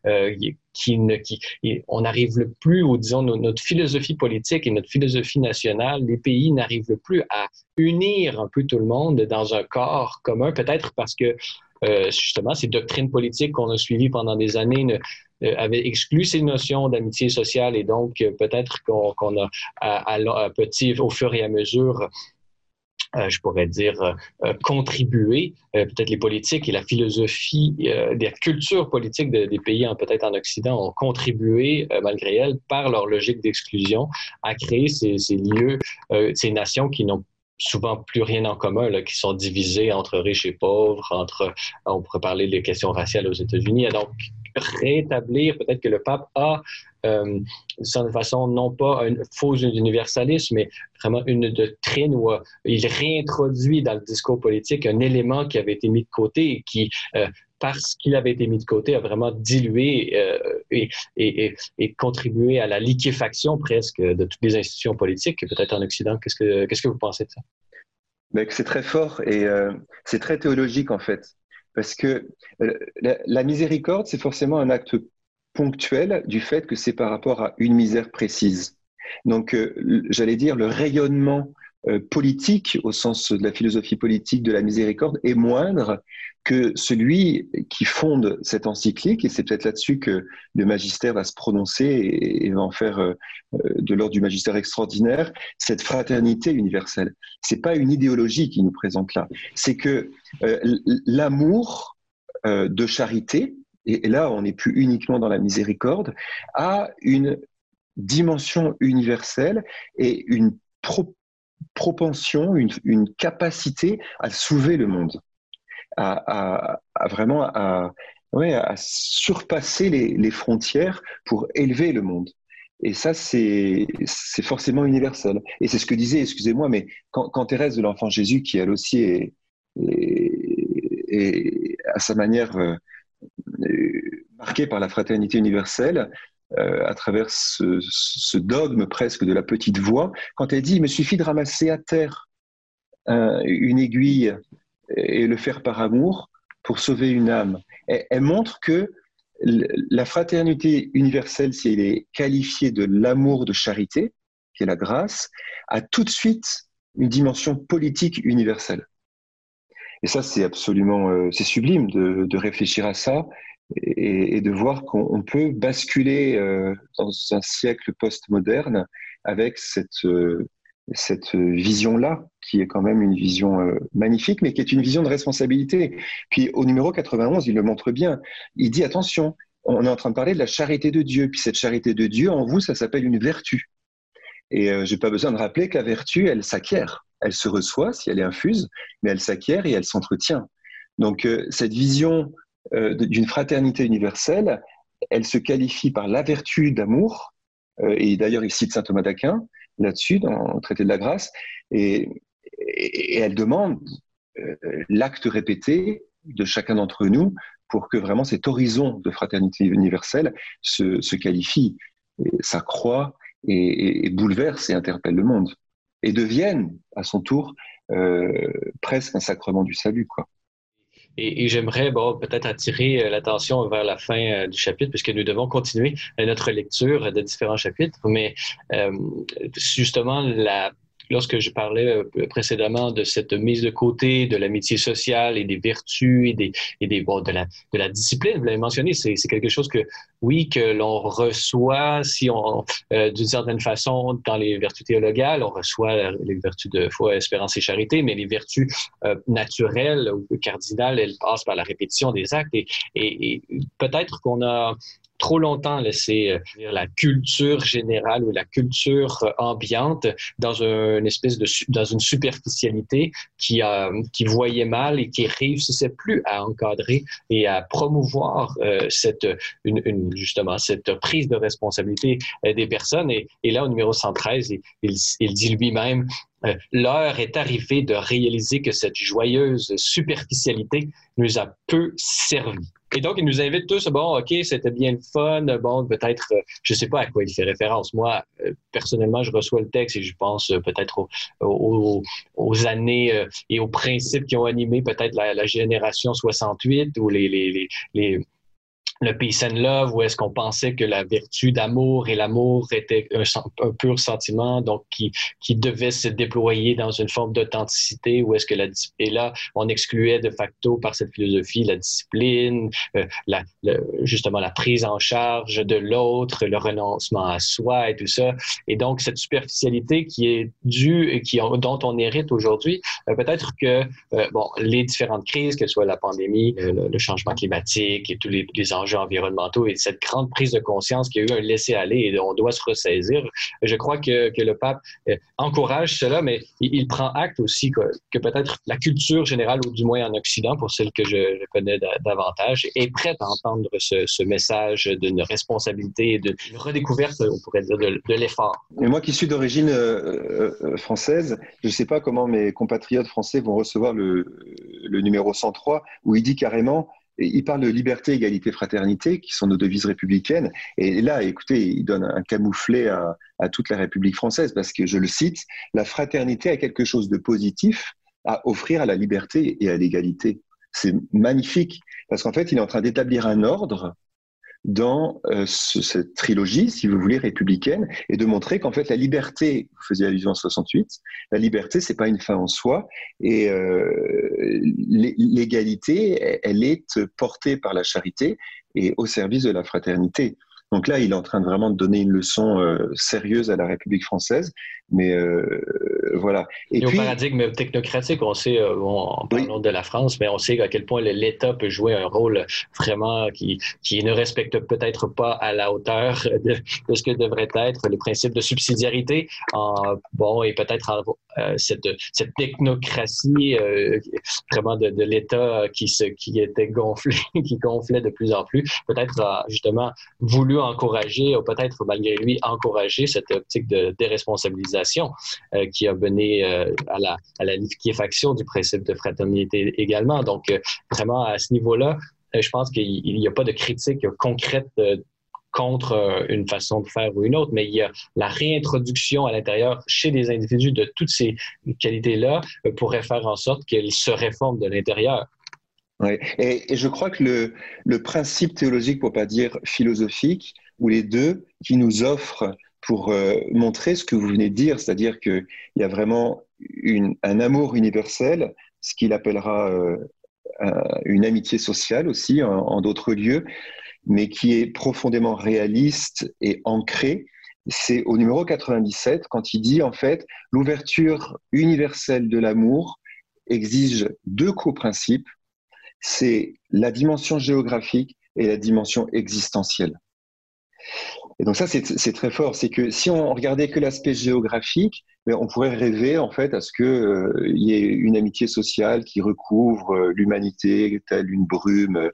on n'arrive plus, ou disons, notre philosophie politique et notre philosophie nationale, les pays n'arrivent plus à unir un peu tout le monde dans un corps commun, peut-être parce que justement, ces doctrines politiques qu'on a suivies pendant des années avaient exclu ces notions d'amitié sociale et donc peut-être qu'on a au fur et à mesure je pourrais dire, contribuer, peut-être les politiques et la philosophie, la culture politique des pays, peut-être en Occident, ont contribué, malgré elles, par leur logique d'exclusion, à créer ces lieux, ces nations qui n'ont souvent plus rien en commun, là, qui sont divisées entre riches et pauvres, on pourrait parler des questions raciales aux États-Unis. Et donc, rétablir, peut-être que le pape a, de certaine façon, non pas un faux universalisme, mais vraiment une doctrine où il réintroduit dans le discours politique un élément qui avait été mis de côté et qui, parce qu'il avait été mis de côté, a vraiment dilué et contribué à la liquéfaction presque de toutes les institutions politiques, peut-être en Occident. Qu'est-ce que vous pensez de ça? Ben, c'est très fort et c'est très théologique en fait. Parce que la miséricorde, c'est forcément un acte ponctuel du fait que c'est par rapport à une misère précise. Donc, j'allais dire, le rayonnement politique, au sens de la philosophie politique de la miséricorde, est moindre que celui qui fonde cette encyclique, et c'est peut-être là-dessus que le magistère va se prononcer et va en faire de l'ordre du magistère extraordinaire, cette fraternité universelle. C'est pas une idéologie qui nous présente là, c'est que l'amour de charité, et là on n'est plus uniquement dans la miséricorde, a une dimension universelle et une propension, une capacité à sauver le monde, à surpasser les frontières pour élever le monde. Et ça, c'est forcément universel. Et c'est ce que disait, excusez-moi, mais quand Thérèse de l'Enfant Jésus, qui elle aussi est à sa manière marquée par la fraternité universelle, à travers ce dogme presque de la petite voix, quand elle dit « il me suffit de ramasser à terre une aiguille et le faire par amour pour sauver une âme », elle montre que La fraternité universelle, si elle est qualifiée de l'amour de charité, qui est la grâce, a tout de suite une dimension politique universelle. Et ça, c'est absolument, c'est sublime de réfléchir à ça et de voir qu'on peut basculer dans un siècle postmoderne avec cette vision-là, qui est quand même une vision magnifique, mais qui est une vision de responsabilité. Puis au numéro 91, il le montre bien. Il dit, attention, on est en train de parler de la charité de Dieu, puis cette charité de Dieu, en vous, ça s'appelle une vertu. Et j'ai pas besoin de rappeler que la vertu, elle s'acquiert. Elle se reçoit si elle est infuse, mais elle s'acquiert et elle s'entretient. Donc cette vision d'une fraternité universelle, elle se qualifie par la vertu d'amour, et d'ailleurs il cite saint Thomas d'Aquin là-dessus, dans le traité de la grâce, et elle demande l'acte répété de chacun d'entre nous pour que vraiment cet horizon de fraternité universelle se qualifie, et s'accroît et bouleverse et interpelle le monde, et devienne à son tour presque un sacrement du salut, quoi. Et j'aimerais peut-être attirer l'attention vers la fin du chapitre, puisque nous devons continuer notre lecture de différents chapitres. Mais justement, lorsque je parlais précédemment de cette mise de côté de l'amitié sociale et des vertus et de la discipline, vous l'avez mentionné, c'est quelque chose que, oui, que l'on reçoit si on, d'une certaine façon, dans les vertus théologales, on reçoit les vertus de foi, espérance et charité, mais les vertus naturelles ou cardinales, elles passent par la répétition des actes et peut-être qu'on a trop longtemps laissé la culture générale ou la culture ambiante dans dans une superficialité qui voyait mal et qui réussissait plus à encadrer et à promouvoir justement cette prise de responsabilité des personnes. Et là, au numéro 113, il dit lui-même: l'heure est arrivée de réaliser que cette joyeuse superficialité nous a peu servi. Et donc, il nous invite tous, OK, c'était bien le fun, peut-être, je sais pas à quoi il fait référence. Moi, personnellement, je reçois le texte et je pense peut-être aux années et aux principes qui ont animé peut-être la génération 68 ou le peace and love, où est-ce qu'on pensait que la vertu d'amour et l'amour était un pur sentiment, donc qui devait se déployer dans une forme d'authenticité, où est-ce que et là, on excluait de facto par cette philosophie la discipline, justement la prise en charge de l'autre, le renoncement à soi et tout ça. Et donc, cette superficialité qui est due et dont on hérite aujourd'hui, peut-être que, les différentes crises, que ce soit la pandémie, le changement climatique et tous les enjeux environnementaux et cette grande prise de conscience qu'il y a eu un laisser-aller et on doit se ressaisir. Je crois que le pape encourage cela, mais il prend acte aussi que peut-être la culture générale, ou du moins en Occident, pour celle que je connais davantage, est prête à entendre ce message d'une responsabilité et d'une redécouverte, on pourrait dire, de l'effort. Et moi qui suis d'origine française, je ne sais pas comment mes compatriotes français vont recevoir le numéro 103, où il dit carrément, il parle de liberté, égalité, fraternité, qui sont nos devises républicaines. Et là, écoutez, il donne un camouflet à toute la République française, parce que, je le cite, la fraternité a quelque chose de positif à offrir à la liberté et à l'égalité. C'est magnifique, parce qu'en fait, il est en train d'établir un ordre dans cette trilogie, si vous voulez, républicaine, et de montrer qu'en fait la liberté, vous faisiez allusion à 68, la liberté, c'est pas une fin en soi, et l'égalité, elle est portée par la charité et au service de la fraternité. Donc là, il est en train de vraiment donner une leçon sérieuse à la République française, mais voilà. Et puis, au paradigme technocratique, on sait, en parlant de la France, mais on sait à quel point l'État peut jouer un rôle vraiment qui ne respecte peut-être pas à la hauteur de ce que devrait être le principe de subsidiarité. Et peut-être cette technocratie vraiment de l'État qui était gonflé, qui gonflait de plus en plus, peut-être justement voulu encourager, ou peut-être malgré lui encourager cette optique de déresponsabilisation qui a mené à la liquéfaction du principe de fraternité également. Donc, vraiment, à ce niveau-là, je pense qu'il n'y a pas de critique concrète contre une façon de faire ou une autre, mais il y a la réintroduction à l'intérieur chez des individus de toutes ces qualités-là pourrait faire en sorte qu'ils se réforment de l'intérieur. Ouais. Et je crois que le principe théologique, pour pas dire philosophique, ou les deux, qui nous offre pour montrer ce que vous venez de dire, c'est-à-dire qu'il y a vraiment un amour universel, ce qu'il appellera une amitié sociale aussi, en d'autres lieux, mais qui est profondément réaliste et ancré. C'est au numéro 97, quand il dit, en fait, l'ouverture universelle de l'amour exige deux co-principes, c'est la dimension géographique et la dimension existentielle. Et donc ça, c'est très fort. C'est que si on regardait que l'aspect géographique, on pourrait rêver en fait à ce que y ait une amitié sociale qui recouvre l'humanité telle une brume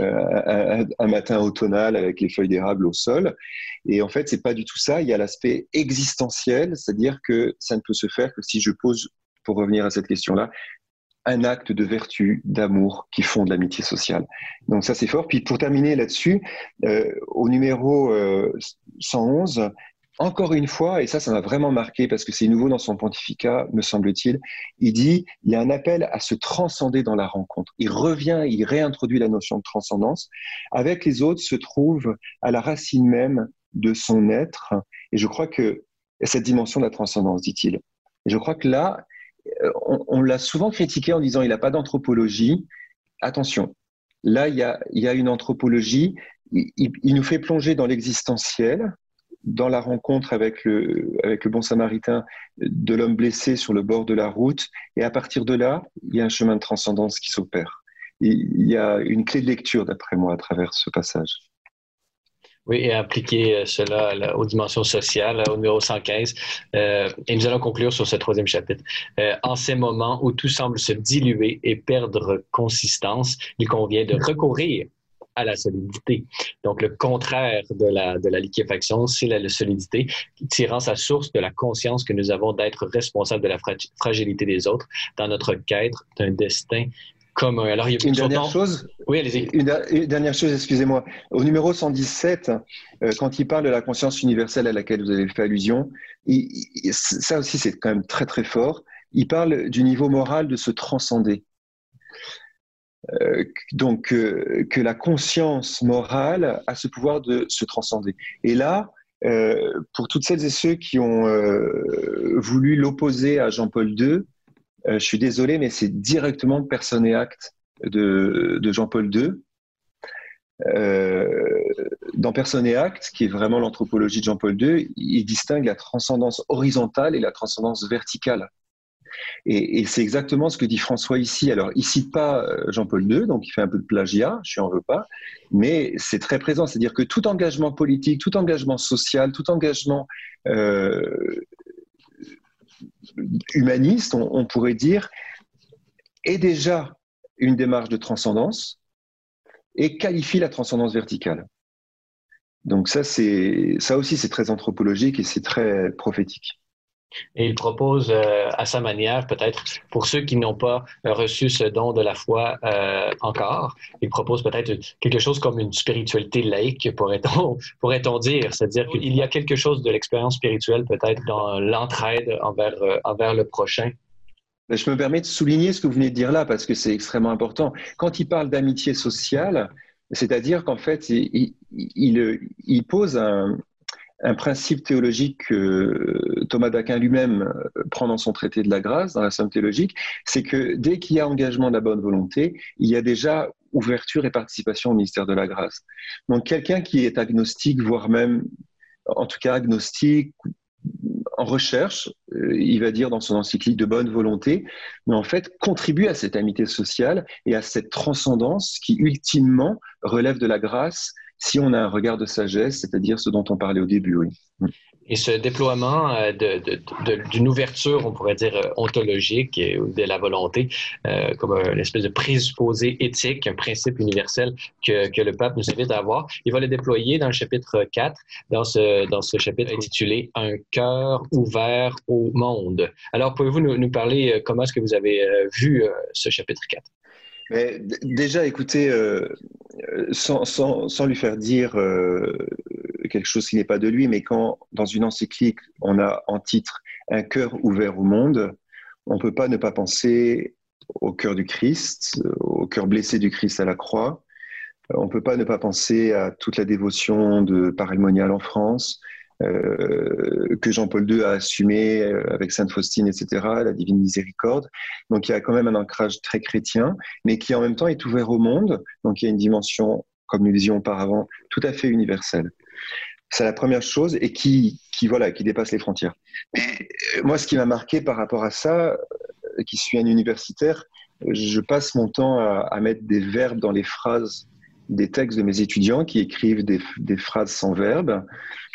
un matin automnal avec les feuilles d'érable au sol. Et en fait, c'est pas du tout ça. Il y a l'aspect existentiel, c'est-à-dire que ça ne peut se faire que si je pose, pour revenir à cette question-là, un acte de vertu, d'amour qui fonde l'amitié sociale. Donc ça, c'est fort. Puis pour terminer là-dessus, au numéro 111, encore une fois, et ça m'a vraiment marqué parce que c'est nouveau dans son pontificat, me semble-t-il, il dit, il y a un appel à se transcender dans la rencontre. Il revient, il réintroduit la notion de transcendance. Avec les autres, se trouve à la racine même de son être. Et je crois que cette dimension de la transcendance, dit-il. Et je crois que là, on l'a souvent critiqué en disant il n'a pas d'anthropologie. Attention, là, il y a une anthropologie. Il nous fait plonger dans l'existentiel, dans la rencontre avec le bon samaritain de l'homme blessé sur le bord de la route. Et à partir de là, il y a un chemin de transcendance qui s'opère. Il y a une clé de lecture, d'après moi, à travers ce passage. Oui, et appliquer cela aux dimensions sociales, au numéro 115. Et nous allons conclure sur ce troisième chapitre. En ces moments où tout semble se diluer et perdre consistance, il convient de recourir à la solidité. Donc, le contraire de la liquéfaction, c'est la solidité, tirant sa source de la conscience que nous avons d'être responsables de la fragilité des autres dans notre quête d'un destin commun. Alors, il y a une dernière chose. Oui, allez-y. Une dernière chose, excusez-moi. Au numéro 117, quand il parle de la conscience universelle à laquelle vous avez fait allusion, ça aussi c'est quand même très très fort. Il parle du niveau moral de se transcender. Donc que la conscience morale a ce pouvoir de se transcender. Et là, pour toutes celles et ceux qui ont voulu l'opposer à Jean-Paul II, je suis désolé, mais c'est directement personne et acte de Jean-Paul II. Dans Personne et acte, qui est vraiment l'anthropologie de Jean-Paul II, il distingue la transcendance horizontale et la transcendance verticale. Et c'est exactement ce que dit François ici. Alors, il cite pas Jean-Paul II, donc il fait un peu de plagiat, je n'en veux pas, mais c'est très présent. C'est-à-dire que tout engagement politique, tout engagement social, tout engagement humaniste, on pourrait dire, est déjà une démarche de transcendance et qualifie la transcendance verticale. Donc ça aussi, c'est très anthropologique et c'est très prophétique. Et il propose à sa manière, peut-être pour ceux qui n'ont pas reçu ce don de la foi encore, il propose peut-être quelque chose comme une spiritualité laïque, pourrait-on dire. C'est-à-dire qu'il y a quelque chose de l'expérience spirituelle peut-être dans l'entraide envers le prochain. Je me permets de souligner ce que vous venez de dire là, parce que c'est extrêmement important. Quand il parle d'amitié sociale, c'est-à-dire qu'en fait, il pose un principe théologique que Thomas d'Aquin lui-même prend dans son traité de la grâce, dans la Somme théologique, c'est que dès qu'il y a engagement de la bonne volonté, il y a déjà ouverture et participation au ministère de la grâce. Donc quelqu'un qui est agnostique, voire même, en tout cas agnostique, en recherche, il va dire dans son encyclique de bonne volonté, mais en fait contribue à cette amitié sociale et à cette transcendance qui ultimement relève de la grâce si on a un regard de sagesse, c'est-à-dire ce dont on parlait au début, oui. Et ce déploiement d'une ouverture, on pourrait dire, ontologique de la volonté, comme une espèce de présupposé éthique, un principe universel que le pape nous invite à avoir, il va le déployer dans le chapitre 4, dans ce chapitre intitulé « Un cœur ouvert au monde ». Alors, pouvez-vous nous parler comment est-ce que vous avez vu ce chapitre 4? Mais déjà, écoutez, sans lui faire dire quelque chose qui n'est pas de lui, mais quand dans une encyclique, on a en titre « Un cœur ouvert au monde », on ne peut pas ne pas penser au cœur du Christ, au cœur blessé du Christ à la croix. On ne peut pas ne pas penser à toute la dévotion de Paray-le-Monial en France, que Jean-Paul II a assumé avec Sainte Faustine, etc., la Divine Miséricorde. Donc il y a quand même un ancrage très chrétien, mais qui en même temps est ouvert au monde. Donc il y a une dimension, comme nous disions auparavant, tout à fait universelle. C'est la première chose et qui dépasse les frontières. Et moi, ce qui m'a marqué par rapport à ça, qui suis un universitaire, je passe mon temps à mettre des verbes dans les phrases des textes de mes étudiants qui écrivent des phrases sans verbe,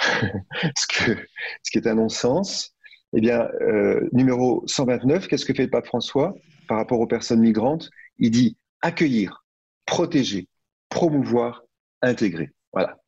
ce qui est un non-sens. Eh bien, numéro 129, qu'est-ce que fait le pape François par rapport aux personnes migrantes? Il dit accueillir, protéger, promouvoir, intégrer. Voilà.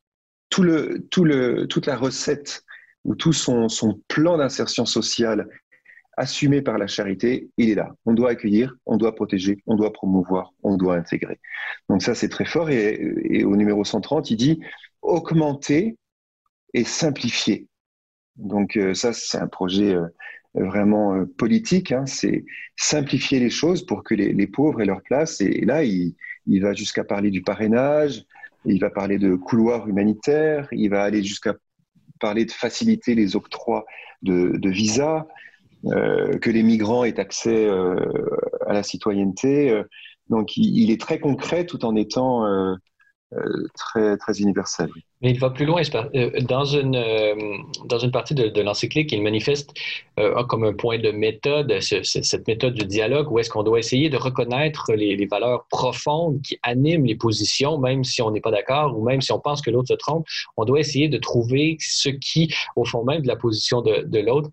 Toute la recette ou tout son plan d'insertion sociale assumé par la charité, il est là. On doit accueillir, on doit protéger, on doit promouvoir, on doit intégrer. Donc ça, c'est très fort. Et au numéro 130, il dit augmenter et simplifier. Donc ça, c'est un projet vraiment politique. Hein. C'est simplifier les choses pour que les pauvres aient leur place. Et là, il va jusqu'à parler du parrainage, il va parler de couloirs humanitaires, il va aller jusqu'à parler de faciliter les octrois de visas, que les migrants aient accès à la citoyenneté. Donc, il est très concret tout en étant très, très universel. Mais il va plus loin. Dans une partie de l'encyclique, il manifeste comme un point de méthode, cette méthode du dialogue, où est-ce qu'on doit essayer de reconnaître les valeurs profondes qui animent les positions, même si on n'est pas d'accord ou même si on pense que l'autre se trompe. On doit essayer de trouver ce qui, au fond même de la position de l'autre,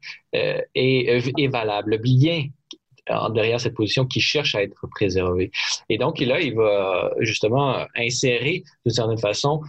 est valable, le bien derrière cette position qui cherche à être préservée. Et donc, là, il va justement insérer, d'une certaine façon,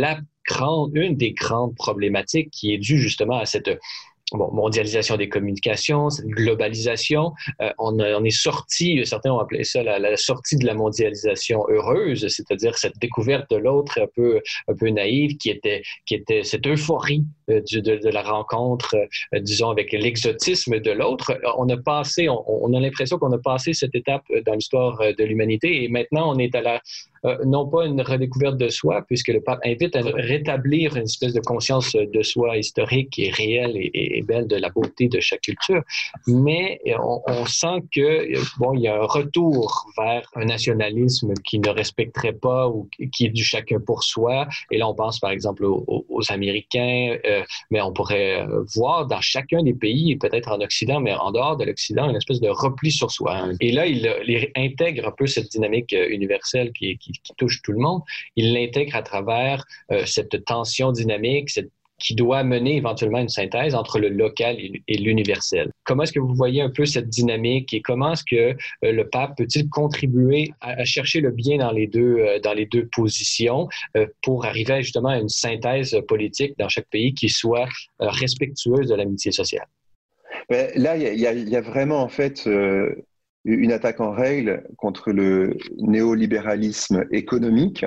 une des grandes problématiques qui est due justement à cette mondialisation des communications, cette globalisation. On est sorti, certains ont appelé ça la sortie de la mondialisation heureuse, c'est-à-dire cette découverte de l'autre un peu naïve qui était cette euphorie de la rencontre, disons, avec l'exotisme de l'autre. On a l'impression qu'on a passé cette étape dans l'histoire de l'humanité et maintenant on est à non pas une redécouverte de soi, puisque le pape invite à rétablir une espèce de conscience de soi historique et réelle et belle de la beauté de chaque culture, mais on sent que il y a un retour vers un nationalisme qui ne respecterait pas ou qui est du chacun pour soi. Et là, on pense par exemple aux Américains, mais on pourrait voir dans chacun des pays, peut-être en Occident, mais en dehors de l'Occident, une espèce de repli sur soi. Et là, il intègre un peu cette dynamique universelle qui touche tout le monde. Il l'intègre à travers cette tension dynamique, qui doit mener éventuellement une synthèse entre le local et l'universel. Comment est-ce que vous voyez un peu cette dynamique et comment est-ce que le pape peut-il contribuer à chercher le bien dans les deux positions pour arriver justement à une synthèse politique dans chaque pays qui soit respectueuse de l'amitié sociale? Ben, là, il y a vraiment en fait une attaque en règle contre le néolibéralisme économique,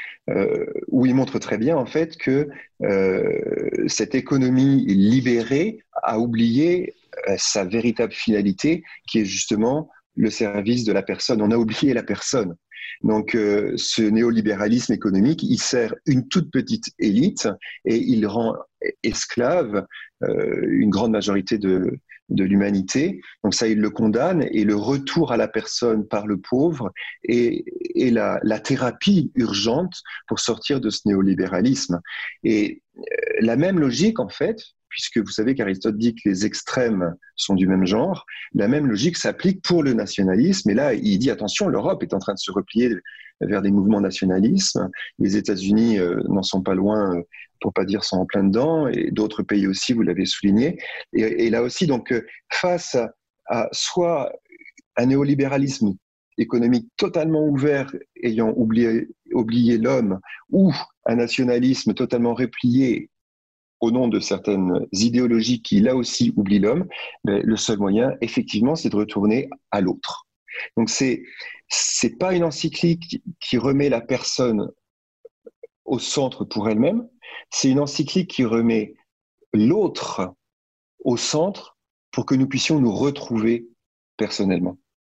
où il montre très bien en fait que cette économie libérée a oublié sa véritable finalité, qui est justement le service de la personne. On a oublié la personne. Donc, ce néolibéralisme économique, il sert une toute petite élite et il rend esclave une grande majorité de l'humanité. Donc ça, il le condamne, et le retour à la personne par le pauvre est la thérapie urgente pour sortir de ce néolibéralisme. Et la même logique, en fait, puisque vous savez qu'Aristote dit que les extrêmes sont du même genre, la même logique s'applique pour le nationalisme. Et là, il dit, attention, l'Europe est en train de se replier vers des mouvements nationalistes. Les États-Unis n'en sont pas loin, pour pas dire sont en plein dedans, et d'autres pays aussi, vous l'avez souligné. Et là aussi, donc, face à soit un néolibéralisme économique totalement ouvert, ayant oublié l'homme, ou un nationalisme totalement replié au nom de certaines idéologies qui, là aussi, oublient l'homme, le seul moyen, effectivement, c'est de retourner à l'autre. Donc, c'est pas une encyclique qui remet la personne au centre pour elle-même, c'est une encyclique qui remet l'autre au centre pour que nous puissions nous retrouver personnellement.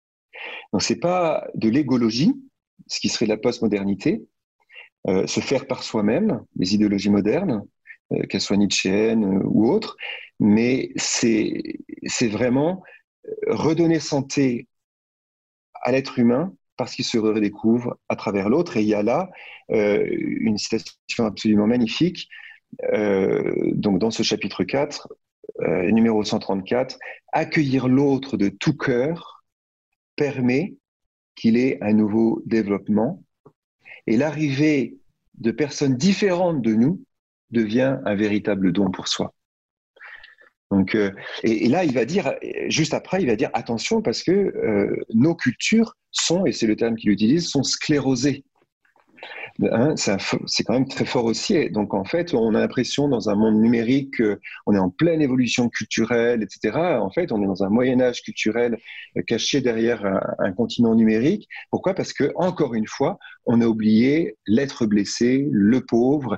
Donc, c'est pas de l'égologie, ce qui serait de la postmodernité, se faire par soi-même, les idéologies modernes, qu'elles soient nietzschéennes ou autres, mais c'est vraiment redonner santé à l'être humain parce qu'il se redécouvre à travers l'autre. Et il y a là une citation absolument magnifique, donc dans ce chapitre 4, numéro 134, « Accueillir l'autre de tout cœur permet qu'il ait un nouveau développement et l'arrivée de personnes différentes de nous devient un véritable don pour soi. » Donc, et là, il va dire, juste après, il va dire attention parce que nos cultures sont, et c'est le terme qu'il utilise, sont sclérosées. Hein, c'est quand même très fort aussi. Et donc, en fait, on a l'impression dans un monde numérique, on est en pleine évolution culturelle, etc. En fait, on est dans un Moyen-Âge culturel caché derrière un continent numérique. Pourquoi ? Parce que, encore une fois, on a oublié l'être blessé, le pauvre,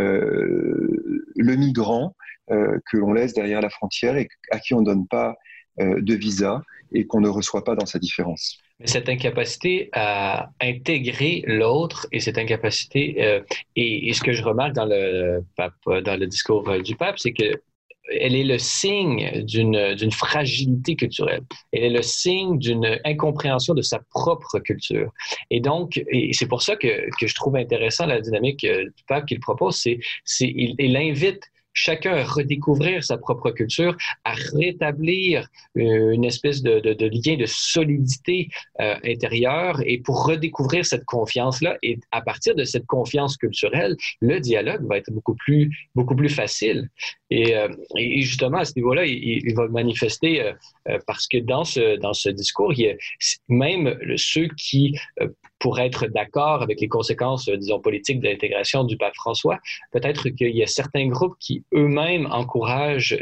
le migrant que l'on laisse derrière la frontière et à qui on ne donne pas de visa et qu'on ne reçoit pas dans sa différence. Mais cette incapacité à intégrer l'autre et cette incapacité, et ce que je remarque dans le discours du pape, c'est que elle est le signe d'une fragilité culturelle. Elle est le signe d'une incompréhension de sa propre culture. Et donc, et c'est pour ça que je trouve intéressant la dynamique du pape qu'il propose, il invite chacun à redécouvrir sa propre culture, à rétablir une espèce de lien de solidité intérieure et pour redécouvrir cette confiance-là. Et à partir de cette confiance culturelle, le dialogue va être beaucoup plus facile. Et justement, à ce niveau-là, il va manifester parce que dans ce discours, il y a même ceux qui pourraient être d'accord avec les conséquences, disons, politiques de l'intégration du pape François, peut-être qu'il y a certains groupes qui eux-mêmes encouragent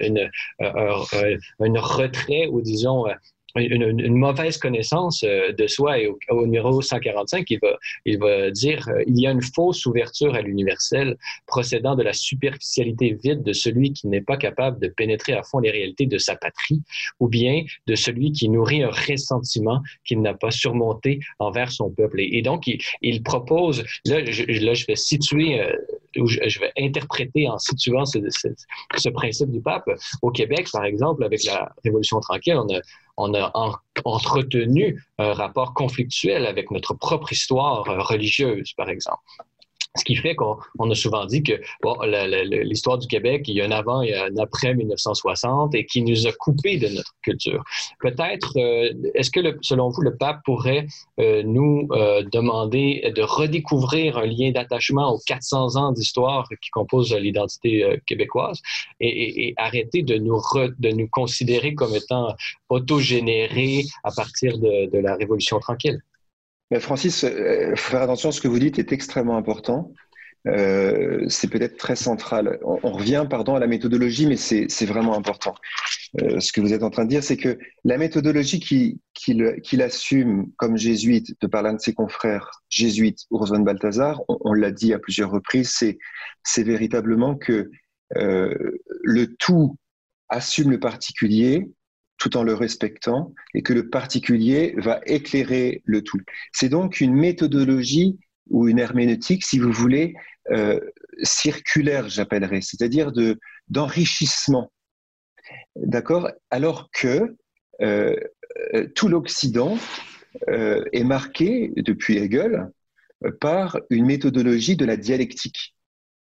un retrait ou, disons, une mauvaise connaissance de soi. Et au numéro 145, il va dire il y a une fausse ouverture à l'universel procédant de la superficialité vide de celui qui n'est pas capable de pénétrer à fond les réalités de sa patrie ou bien de celui qui nourrit un ressentiment qu'il n'a pas surmonté envers son peuple. Et donc, il propose, là, je vais situer, je vais interpréter en situant ce principe du pape. Au Québec, par exemple, avec la Révolution tranquille, on a entretenu un rapport conflictuel avec notre propre histoire religieuse, par exemple. Ce qui fait qu'on a souvent dit que l'histoire du Québec, il y a un avant et un après 1960 et qui nous a coupés de notre culture. Peut-être, est-ce que selon vous, le pape pourrait nous demander de redécouvrir un lien d'attachement aux 400 ans d'histoire qui composent l'identité québécoise et arrêter de nous considérer comme étant autogénérés à partir de la Révolution tranquille? Mais Francis, faut faire attention, ce que vous dites est extrêmement important. C'est peut-être très central. On revient, à la méthodologie, mais c'est vraiment important. Ce que vous êtes en train de dire, c'est que la méthodologie qu'il assume comme jésuite, de par l'un de ses confrères jésuites, Urs von Balthasar, on l'a dit à plusieurs reprises, c'est véritablement que le tout assume le particulier, tout en le respectant, et que le particulier va éclairer le tout. C'est donc une méthodologie ou une herméneutique, si vous voulez, circulaire, j'appellerais, c'est-à-dire d'enrichissement. D'accord ? Alors que tout l'Occident est marqué, depuis Hegel, par une méthodologie de la dialectique. D'accord ?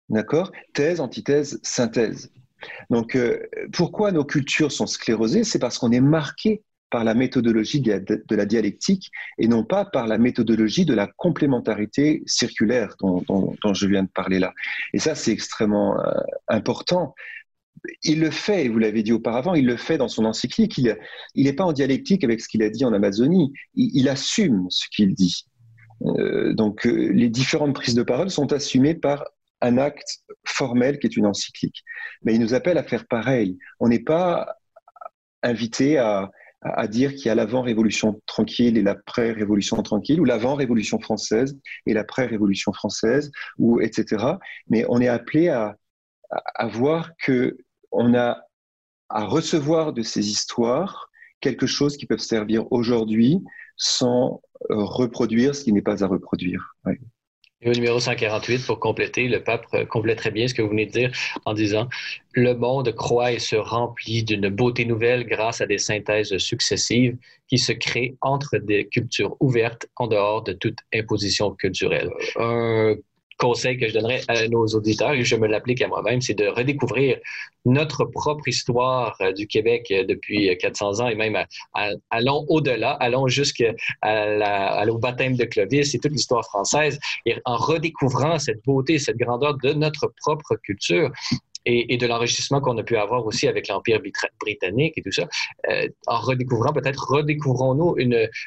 Thèse, antithèse, synthèse. Donc, pourquoi nos cultures sont sclérosées ? C'est parce qu'on est marqué par la méthodologie de la dialectique et non pas par la méthodologie de la complémentarité circulaire dont je viens de parler là. Et ça, c'est extrêmement important. Il le fait, et vous l'avez dit auparavant, il le fait dans son encyclique. Il n'est pas en dialectique avec ce qu'il a dit en Amazonie. Il assume ce qu'il dit. Donc, les différentes prises de parole sont assumées par un acte formel qui est une encyclique. Mais il nous appelle à faire pareil. On n'est pas invité à dire qu'il y a l'avant-révolution tranquille et l'après-révolution tranquille, ou l'avant-révolution française et l'après-révolution française, ou etc. Mais on est appelé à voir qu'on a à recevoir de ces histoires quelque chose qui peut servir aujourd'hui sans reproduire ce qui n'est pas à reproduire. Ouais. Et au numéro 148, pour compléter, le pape complète très bien ce que vous venez de dire en disant « Le monde croît et se remplit d'une beauté nouvelle grâce à des synthèses successives qui se créent entre des cultures ouvertes en dehors de toute imposition culturelle. » Un conseil que je donnerais à nos auditeurs, et je me l'applique à moi-même, c'est de redécouvrir notre propre histoire du Québec depuis 400 ans et même allons au-delà, allons jusqu'au baptême de Clovis et toute l'histoire française, et en redécouvrant cette beauté, cette grandeur de notre propre culture, et de l'enrichissement qu'on a pu avoir aussi avec l'Empire britannique et tout ça, en redécouvrant, peut-être redécouvrons-nous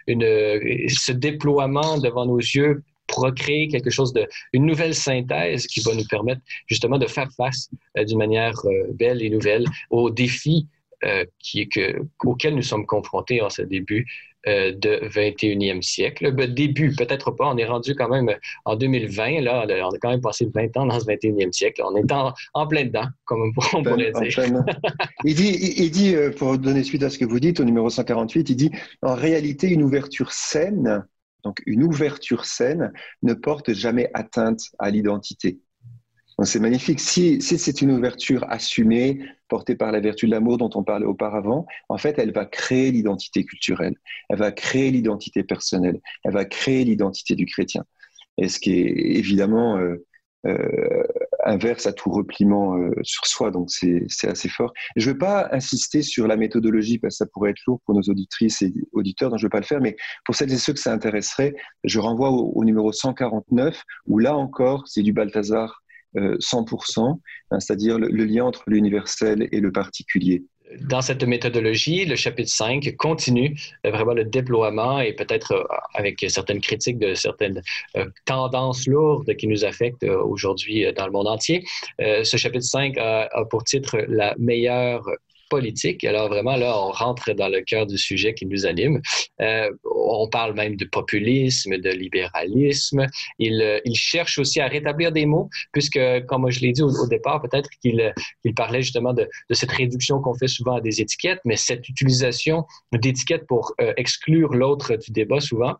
ce déploiement devant nos yeux pour recréer quelque chose une nouvelle synthèse qui va nous permettre justement de faire face d'une manière belle et nouvelle aux défis auxquels nous sommes confrontés en ce début de 21e siècle. Début, peut-être pas, on est rendu quand même en 2020, là, on a quand même passé 20 ans dans ce 21e siècle. On est en plein dedans, comme on pourrait dire. Il dit, pour donner suite à ce que vous dites, au numéro 148, il dit, en réalité, une ouverture saine, donc une ouverture saine, ne porte jamais atteinte à l'identité. Donc c'est magnifique. Si c'est une ouverture assumée, portée par la vertu de l'amour dont on parlait auparavant, en fait, elle va créer l'identité culturelle, elle va créer l'identité personnelle, elle va créer l'identité du chrétien. Et ce qui est évidemment inverse à tout repliement sur soi, donc c'est assez fort. Et je ne veux pas insister sur la méthodologie, parce que ça pourrait être lourd pour nos auditrices et auditeurs, donc je ne veux pas le faire, mais pour celles et ceux que ça intéresserait, je renvoie au numéro 149, où là encore, c'est du Balthazar 100%, c'est-à-dire le lien entre l'universel et le particulier. Dans cette méthodologie, le chapitre 5 continue vraiment le déploiement et peut-être avec certaines critiques de certaines tendances lourdes qui nous affectent aujourd'hui dans le monde entier. Ce chapitre 5 a pour titre « La meilleure politique ». Alors vraiment, là, on rentre dans le cœur du sujet qui nous anime. On parle même de populisme, de libéralisme. Il cherche aussi à rétablir des mots, puisque, comme je l'ai dit au départ, peut-être qu'il parlait justement de cette réduction qu'on fait souvent à des étiquettes, mais cette utilisation d'étiquettes pour exclure l'autre du débat souvent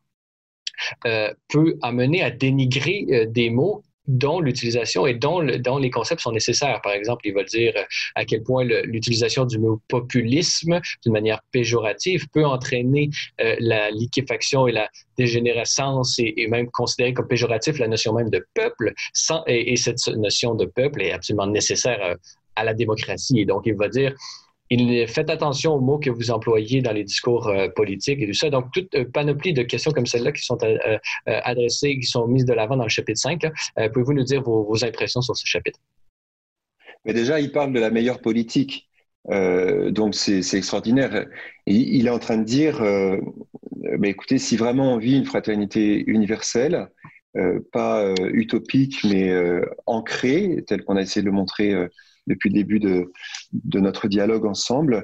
peut amener à dénigrer des mots dont l'utilisation et dont les concepts sont nécessaires. Par exemple, il va dire à quel point l'utilisation du mot populisme d'une manière péjorative peut entraîner la liquéfaction et la dégénérescence et même considérer comme péjoratif la notion même de peuple. Et cette notion de peuple est absolument nécessaire à la démocratie. Et donc, il va dire faites attention aux mots que vous employez dans les discours politiques et tout ça. Donc, toute panoplie de questions comme celle-là qui sont adressées, qui sont mises de l'avant dans le chapitre 5. Pouvez-vous nous dire vos impressions sur ce chapitre? Mais déjà, il parle de la meilleure politique. Donc, c'est extraordinaire. Il est en train de dire, écoutez, si vraiment on vit une fraternité universelle, pas utopique, mais ancrée, telle qu'on a essayé de le montrer depuis le début de notre dialogue ensemble,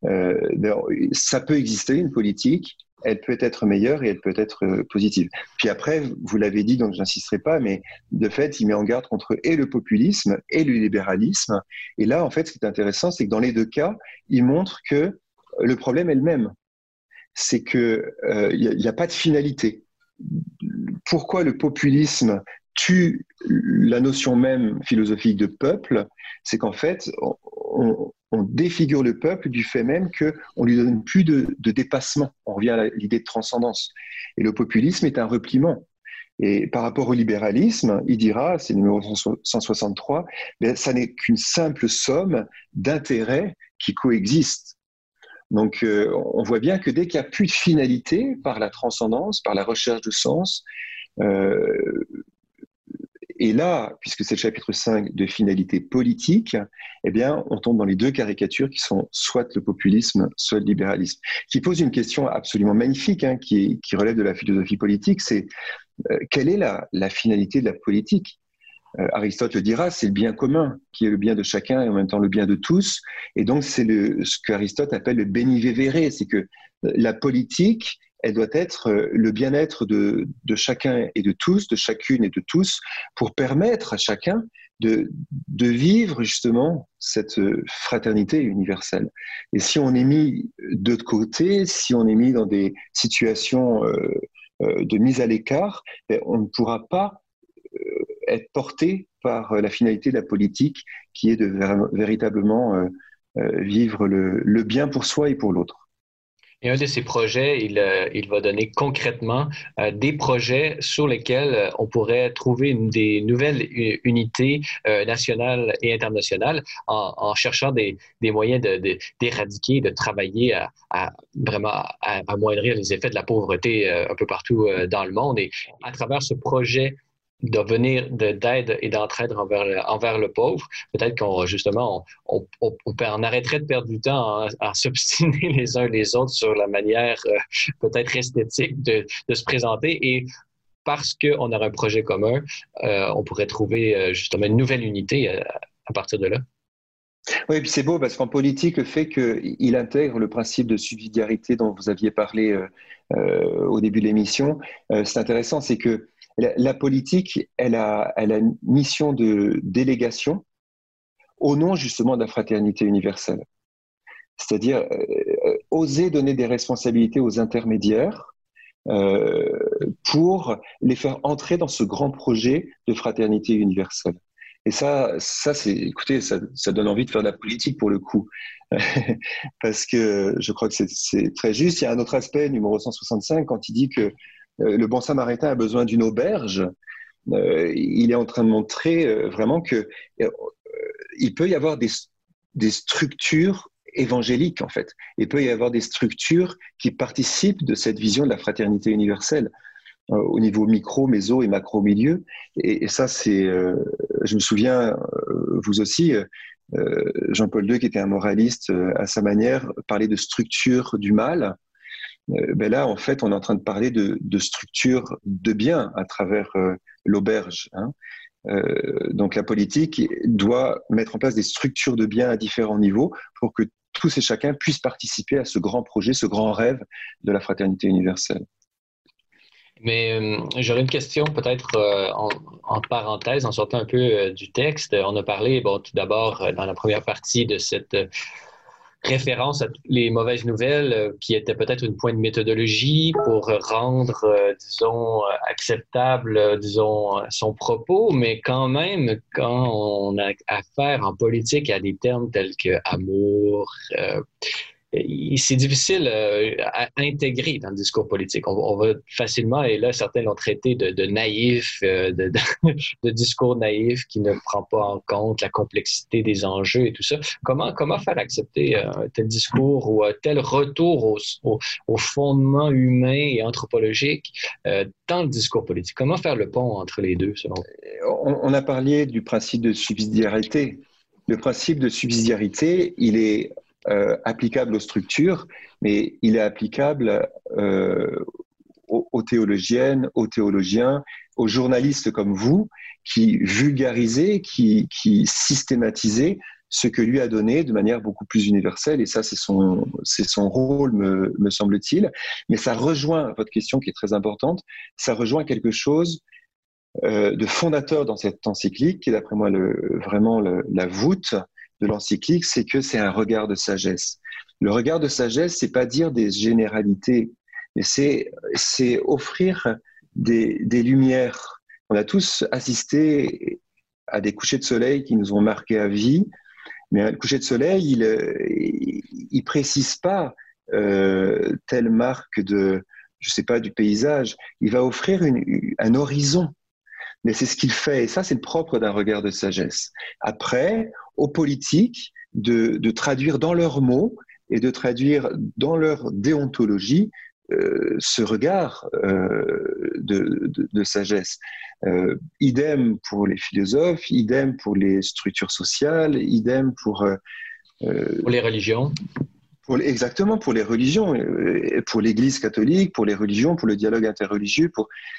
ça peut exister, une politique, elle peut être meilleure et elle peut être positive. Puis après, vous l'avez dit, donc je n'insisterai pas, mais de fait, il met en garde contre et le populisme et le libéralisme. Et là, en fait, ce qui est intéressant, c'est que dans les deux cas, il montre que le problème est le même. C'est qu'il n'y a pas de finalité. Pourquoi le populisme tue la notion même philosophique de peuple? C'est qu'en fait, on défigure le peuple du fait même qu'on ne lui donne plus de dépassement. On revient à l'idée de transcendance. Et le populisme est un repliement. Et par rapport au libéralisme, il dira, c'est le numéro 163, ça n'est qu'une simple somme d'intérêts qui coexistent. Donc, on voit bien que dès qu'il n'y a plus de finalité, par la transcendance, par la recherche de sens, et là, puisque c'est le chapitre 5 de finalité politique, eh bien, on tombe dans les deux caricatures qui sont soit le populisme, soit le libéralisme, qui pose une question absolument magnifique, qui relève de la philosophie politique, c'est quelle est la finalité de la politique? Aristote le dira, c'est le bien commun, qui est le bien de chacun et en même temps le bien de tous. Et donc, c'est ce qu'Aristote appelle le beni vivere, c'est que la politique, elle doit être le bien-être de chacun et de tous, de chacune et de tous, pour permettre à chacun de vivre justement cette fraternité universelle. Et si on est mis de côté, si on est mis dans des situations de mise à l'écart, on ne pourra pas être porté par la finalité de la politique qui est de véritablement vivre le bien pour soi et pour l'autre. Et un de ces projets, il va donner concrètement des projets sur lesquels on pourrait trouver des nouvelles unités nationales et internationales en cherchant des moyens d'éradiquer, de travailler à vraiment amoindrir les effets de la pauvreté un peu partout dans le monde. Et à travers ce projet d'aide et d'entraide envers le pauvre. Peut-être qu'on, justement, on arrêterait de perdre du temps à s'obstiner les uns les autres sur la manière peut-être esthétique de se présenter. Et parce qu'on aurait un projet commun, on pourrait trouver justement une nouvelle unité à partir de là. Oui, et puis c'est beau parce qu'en politique, le fait qu'il intègre le principe de subsidiarité dont vous aviez parlé au début de l'émission, c'est intéressant, c'est que la politique, elle a une mission de délégation au nom justement de la fraternité universelle. C'est-à-dire oser donner des responsabilités aux intermédiaires pour les faire entrer dans ce grand projet de fraternité universelle. Et ça écoutez, ça donne envie de faire de la politique pour le coup. Parce que je crois que c'est très juste. Il y a un autre aspect, numéro 165, quand il dit que le bon samaritain a besoin d'une auberge, il est en train de montrer vraiment que il peut y avoir des structures évangéliques, en fait. Il peut y avoir des structures qui participent de cette vision de la fraternité universelle au niveau micro, méso et macro milieu. Et ça, je me souviens, vous aussi, Jean-Paul II, qui était un moraliste à sa manière, parlait de structure du mal. Ben là, en fait, on est en train de parler de structure de bien à travers l'auberge. Hein. Donc la politique doit mettre en place des structures de bien à différents niveaux pour que tous et chacun puissent participer à ce grand projet, ce grand rêve de la fraternité universelle. Mais j'aurais une question peut-être en parenthèse, en sortant un peu du texte. On a parlé, bon, tout d'abord, dans la première partie de cette référence à toutes les mauvaises nouvelles qui était peut-être une pointe de méthodologie pour rendre, disons, acceptable, disons, son propos, mais quand même, quand on a affaire en politique à des termes tels que amour, c'est difficile à intégrer dans le discours politique. On va facilement, et là, certains l'ont traité de naïf, de discours naïf qui ne prend pas en compte la complexité des enjeux et tout ça. Comment faire accepter un tel discours ou un tel retour au fondement humain et anthropologique dans le discours politique? Comment faire le pont entre les deux, selon vous? On a parlé du principe de subsidiarité. Le principe de subsidiarité, il est applicable aux structures, mais il est applicable aux théologiennes, aux théologiens, aux journalistes comme vous, qui vulgarisez, qui systématisez ce que lui a donné de manière beaucoup plus universelle, et ça, c'est son rôle, me semble-t-il. Mais ça rejoint votre question qui est très importante, ça rejoint quelque chose de fondateur dans cette encyclique, qui est d'après moi vraiment la voûte de l'encyclique, c'est que c'est un regard de sagesse. Le regard de sagesse, c'est pas dire des généralités, mais c'est offrir des lumières. On a tous assisté à des couchers de soleil qui nous ont marqués à vie, mais le coucher de soleil, il précise pas telle marque je sais pas, du paysage. Il va offrir un horizon. Mais c'est ce qu'il fait, et ça, c'est le propre d'un regard de sagesse. Après, aux politiques de traduire dans leurs mots et de traduire dans leur déontologie ce regard de sagesse. Idem pour les philosophes, idem pour les structures sociales, idem pour les religions. Exactement, pour les religions, pour l'Église catholique, pour les religions, pour le dialogue interreligieux.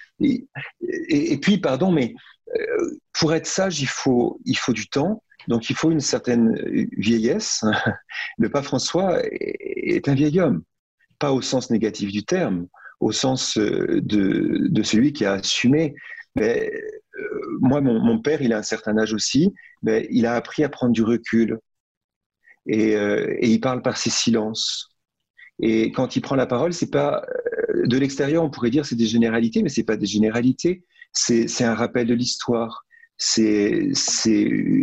Et puis, pardon, mais pour être sage, il faut du temps, donc il faut une certaine vieillesse. Le pape François est un vieil homme, pas au sens négatif du terme, au sens de celui qui a assumé. Mais moi, mon père, il a un certain âge aussi, mais il a appris à prendre du recul et il parle par ses silences. Et quand il prend la parole, c'est pas de l'extérieur, on pourrait dire c'est des généralités, mais c'est pas des généralités. C'est un rappel de l'histoire. C'est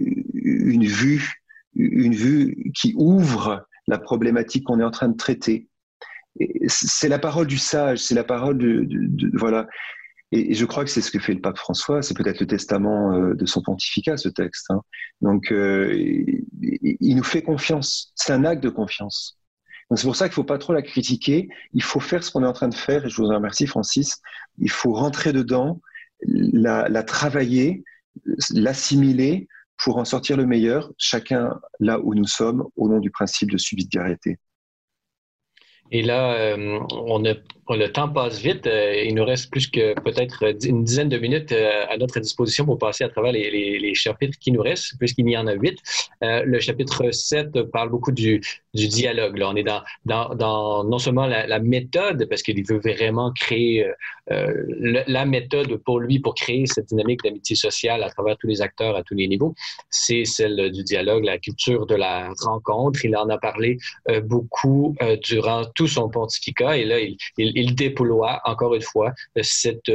une vue qui ouvre la problématique qu'on est en train de traiter. C'est la parole du sage, c'est la parole voilà. Et je crois que c'est ce que fait le pape François. C'est peut-être le testament de son pontificat, ce texte. Hein. Donc, il nous fait confiance. C'est un acte de confiance. Donc, c'est pour ça qu'il ne faut pas trop la critiquer. Il faut faire ce qu'on est en train de faire. Et je vous en remercie, Francis. Il faut rentrer dedans, la travailler, l'assimiler pour en sortir le meilleur, chacun là où nous sommes, au nom du principe de subsidiarité. Et là, le temps passe vite. Il nous reste plus que peut-être une dizaine de minutes à notre disposition pour passer à travers les chapitres qui nous restent, puisqu'il y en a 8. Le chapitre 7 parle beaucoup du dialogue. Là, on est dans non seulement la méthode, parce qu'il veut vraiment créer la méthode pour lui, pour créer cette dynamique d'amitié sociale à travers tous les acteurs à tous les niveaux. C'est celle du dialogue, la culture de la rencontre. Il en a parlé beaucoup durant tout son pontificat, et là, il déploie encore une fois cette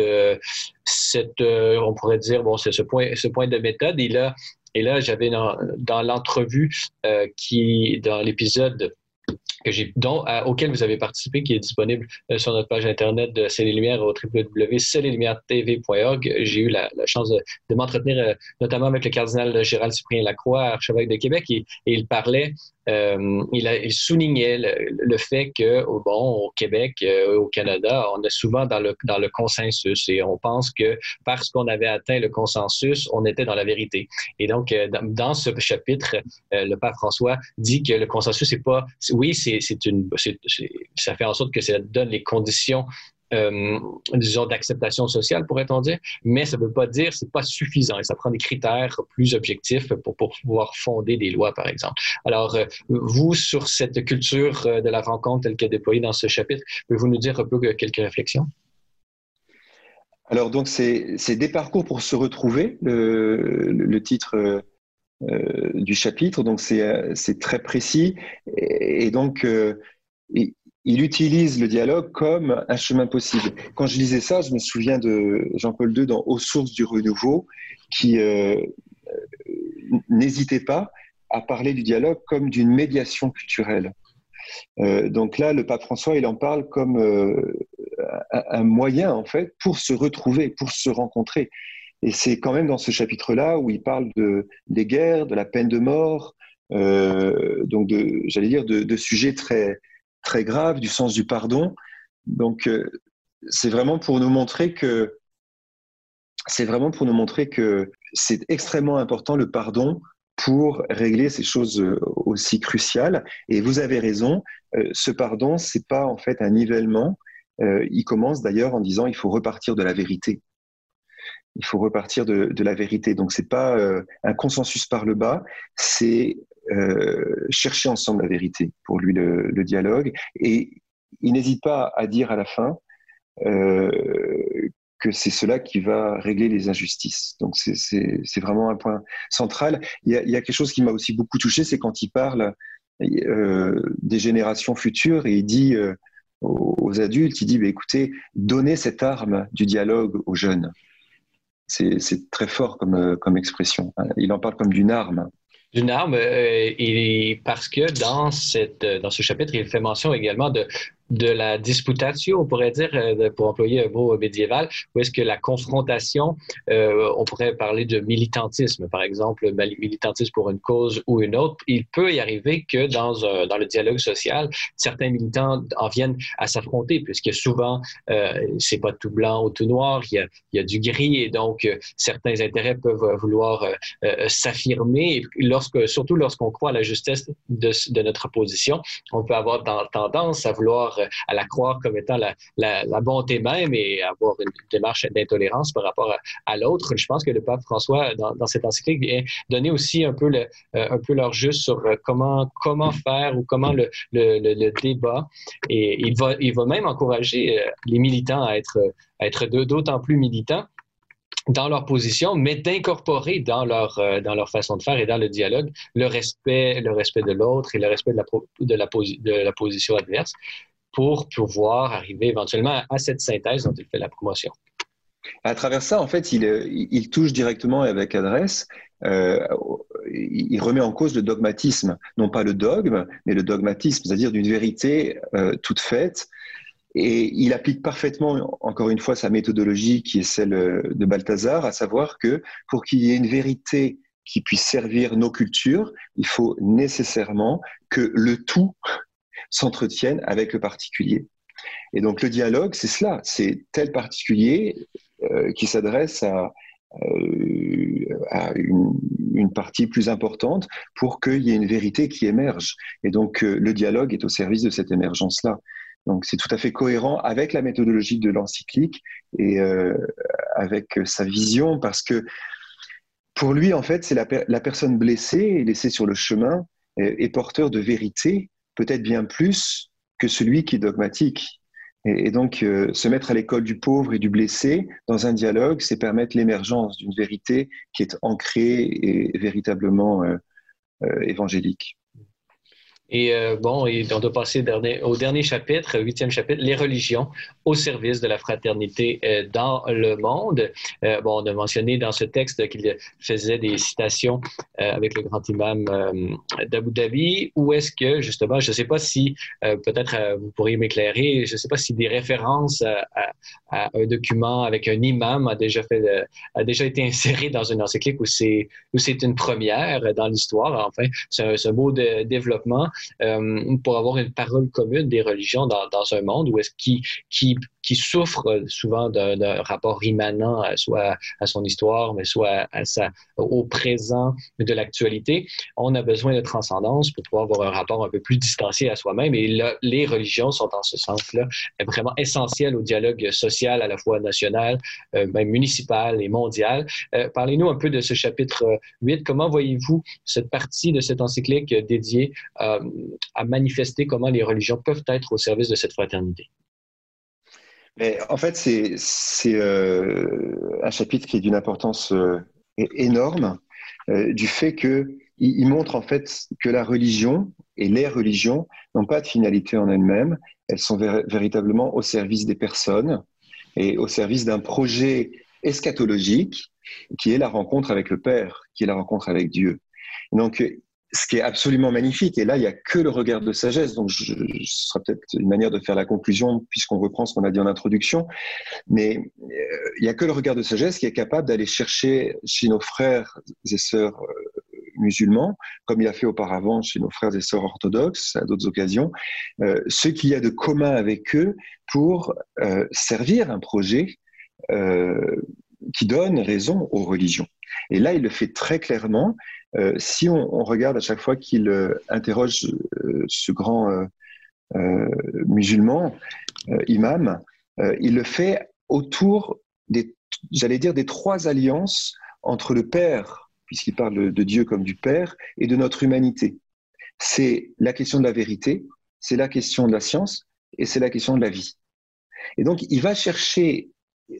on pourrait dire, bon, c'est ce point de méthode. Et là, j'avais dans l'entrevue dans l'épisode auquel vous avez participé, qui est disponible sur notre page internet de Ciel et Lumière au www.ciel-et-lumière-tv.org. J'ai eu la chance de m'entretenir notamment avec le cardinal Gérald Cyprien Lacroix, archevêque de Québec, et il parlait, il soulignait le fait que au Québec, au Canada, on est souvent dans le consensus, et on pense que parce qu'on avait atteint le consensus, on était dans la vérité. Et donc, dans ce chapitre, le pape François dit que le consensus, c'est pas, oui, ça fait en sorte que ça donne les conditions, disons, d'acceptation sociale, pourrait-on dire, mais ça ne veut pas dire, c'est pas suffisant, et ça prend des critères plus objectifs pour pouvoir fonder des lois, par exemple. Alors, vous, sur cette culture de la rencontre telle qu'elle est déployée dans ce chapitre, pouvez-vous nous dire un peu quelques réflexions? Alors, donc, c'est des parcours pour se retrouver, le titre du chapitre, donc c'est très précis, et donc il utilise le dialogue comme un chemin possible. Quand je lisais ça, je me souviens de Jean-Paul II dans Aux sources du renouveau, qui n'hésitait pas à parler du dialogue comme d'une médiation culturelle. Donc là, le pape François, il en parle comme un moyen, en fait, pour se retrouver, pour se rencontrer. Et c'est quand même dans ce chapitre-là où il parle des guerres, de la peine de mort, donc j'allais dire de sujets très, très graves, du sens du pardon. Donc c'est vraiment pour nous montrer que c'est extrêmement important, le pardon, pour régler ces choses aussi cruciales. Et vous avez raison, ce pardon, c'est pas en fait un nivellement. Il commence d'ailleurs en disant il faut repartir de la vérité. Il faut repartir de la vérité. Donc, ce n'est pas un consensus par le bas, c'est chercher ensemble la vérité, pour lui, le dialogue. Et il n'hésite pas à dire à la fin que c'est cela qui va régler les injustices. Donc, c'est vraiment un point central. Il y a quelque chose qui m'a aussi beaucoup touché, c'est quand il parle des générations futures, et il dit aux adultes, il dit, écoutez, donnez cette arme du dialogue aux jeunes. C'est très fort comme expression. Il en parle comme d'une arme. D'une arme, parce que dans ce chapitre, il fait mention également de la disputatio, on pourrait dire, pour employer un mot médiéval, où est-ce que la confrontation, on pourrait parler de militantisme, par exemple, militantisme pour une cause ou une autre. Il peut y arriver que dans le dialogue social, certains militants en viennent à s'affronter, puisque souvent, c'est pas tout blanc ou tout noir, il y a du gris, et donc certains intérêts peuvent vouloir s'affirmer, et surtout lorsqu'on croit à la justesse de notre position, on peut avoir tendance à vouloir à la croire comme étant la bonté même, et avoir une démarche d'intolérance par rapport à l'autre. Je pense que le pape François, dans cette encyclique, vient donner aussi un peu leur juste sur comment faire, ou comment le débat. Et il va même encourager les militants à être d'autant plus militants. dans leur position, mais d'incorporer dans leur façon de faire et dans le dialogue le respect de l'autre et le respect de la position adverse pour pouvoir arriver éventuellement à cette synthèse dont il fait la promotion. À travers ça, en fait, il touche directement avec adresse, il remet en cause le dogmatisme, non pas le dogme, mais le dogmatisme, c'est-à-dire d'une vérité toute faite. Et il applique parfaitement, encore une fois, sa méthodologie qui est celle de Balthazar, à savoir que pour qu'il y ait une vérité qui puisse servir nos cultures, il faut nécessairement que le tout s'entretienne avec le particulier. Et donc le dialogue, c'est cela, c'est tel particulier qui s'adresse à une partie plus importante pour qu'il y ait une vérité qui émerge. Et donc le dialogue est au service de cette émergence-là. Donc c'est tout à fait cohérent avec la méthodologie de l'encyclique et avec sa vision, parce que pour lui, en fait, c'est la personne blessée et laissée sur le chemin est porteur de vérité, peut-être bien plus que celui qui est dogmatique. Et donc, se mettre à l'école du pauvre et du blessé dans un dialogue, c'est permettre l'émergence d'une vérité qui est ancrée et véritablement évangélique. Et on doit passer au dernier chapitre, 8e chapitre, les religions au service de la fraternité dans le monde. On a mentionné dans ce texte qu'il faisait des citations avec le grand imam d'Abu Dhabi. Ou est-ce que, justement, je ne sais pas si, peut-être vous pourriez m'éclairer, je ne sais pas si des références à un document avec un imam a déjà été inséré dans une encyclique où c'est une première dans l'histoire. Enfin, c'est un beau développement. Pour avoir une parole commune des religions dans un monde où est-ce qui souffre souvent d'un rapport immanent soit à son histoire, mais soit au présent de l'actualité. On a besoin de transcendance pour pouvoir avoir un rapport un peu plus distancié à soi-même. Et là, les religions sont en ce sens-là vraiment essentielles au dialogue social, à la fois national, même municipal et mondial. Parlez-nous un peu de ce chapitre 8. Comment voyez-vous cette partie de cette encyclique dédiée à manifester comment les religions peuvent être au service de cette fraternité? Mais en fait, c'est un chapitre qui est d'une importance énorme, du fait qu'il montre en fait que la religion et les religions n'ont pas de finalité en elles-mêmes, elles sont véritablement au service des personnes et au service d'un projet eschatologique qui est la rencontre avec le Père, qui est la rencontre avec Dieu. Et donc, ce qui est absolument magnifique, et là, il n'y a que le regard de sagesse, donc ce sera peut-être une manière de faire la conclusion, puisqu'on reprend ce qu'on a dit en introduction, mais il n'y a que le regard de sagesse qui est capable d'aller chercher chez nos frères et sœurs musulmans, comme il a fait auparavant chez nos frères et sœurs orthodoxes à d'autres occasions, ce qu'il y a de commun avec eux pour servir un projet qui donne raison aux religions. Et là, il le fait très clairement. Si on regarde à chaque fois qu'il interroge ce grand musulman, imam, il le fait autour des trois alliances entre le Père, puisqu'il parle de Dieu comme du Père, et de notre humanité. C'est la question de la vérité, c'est la question de la science, et c'est la question de la vie. Et donc, il va chercher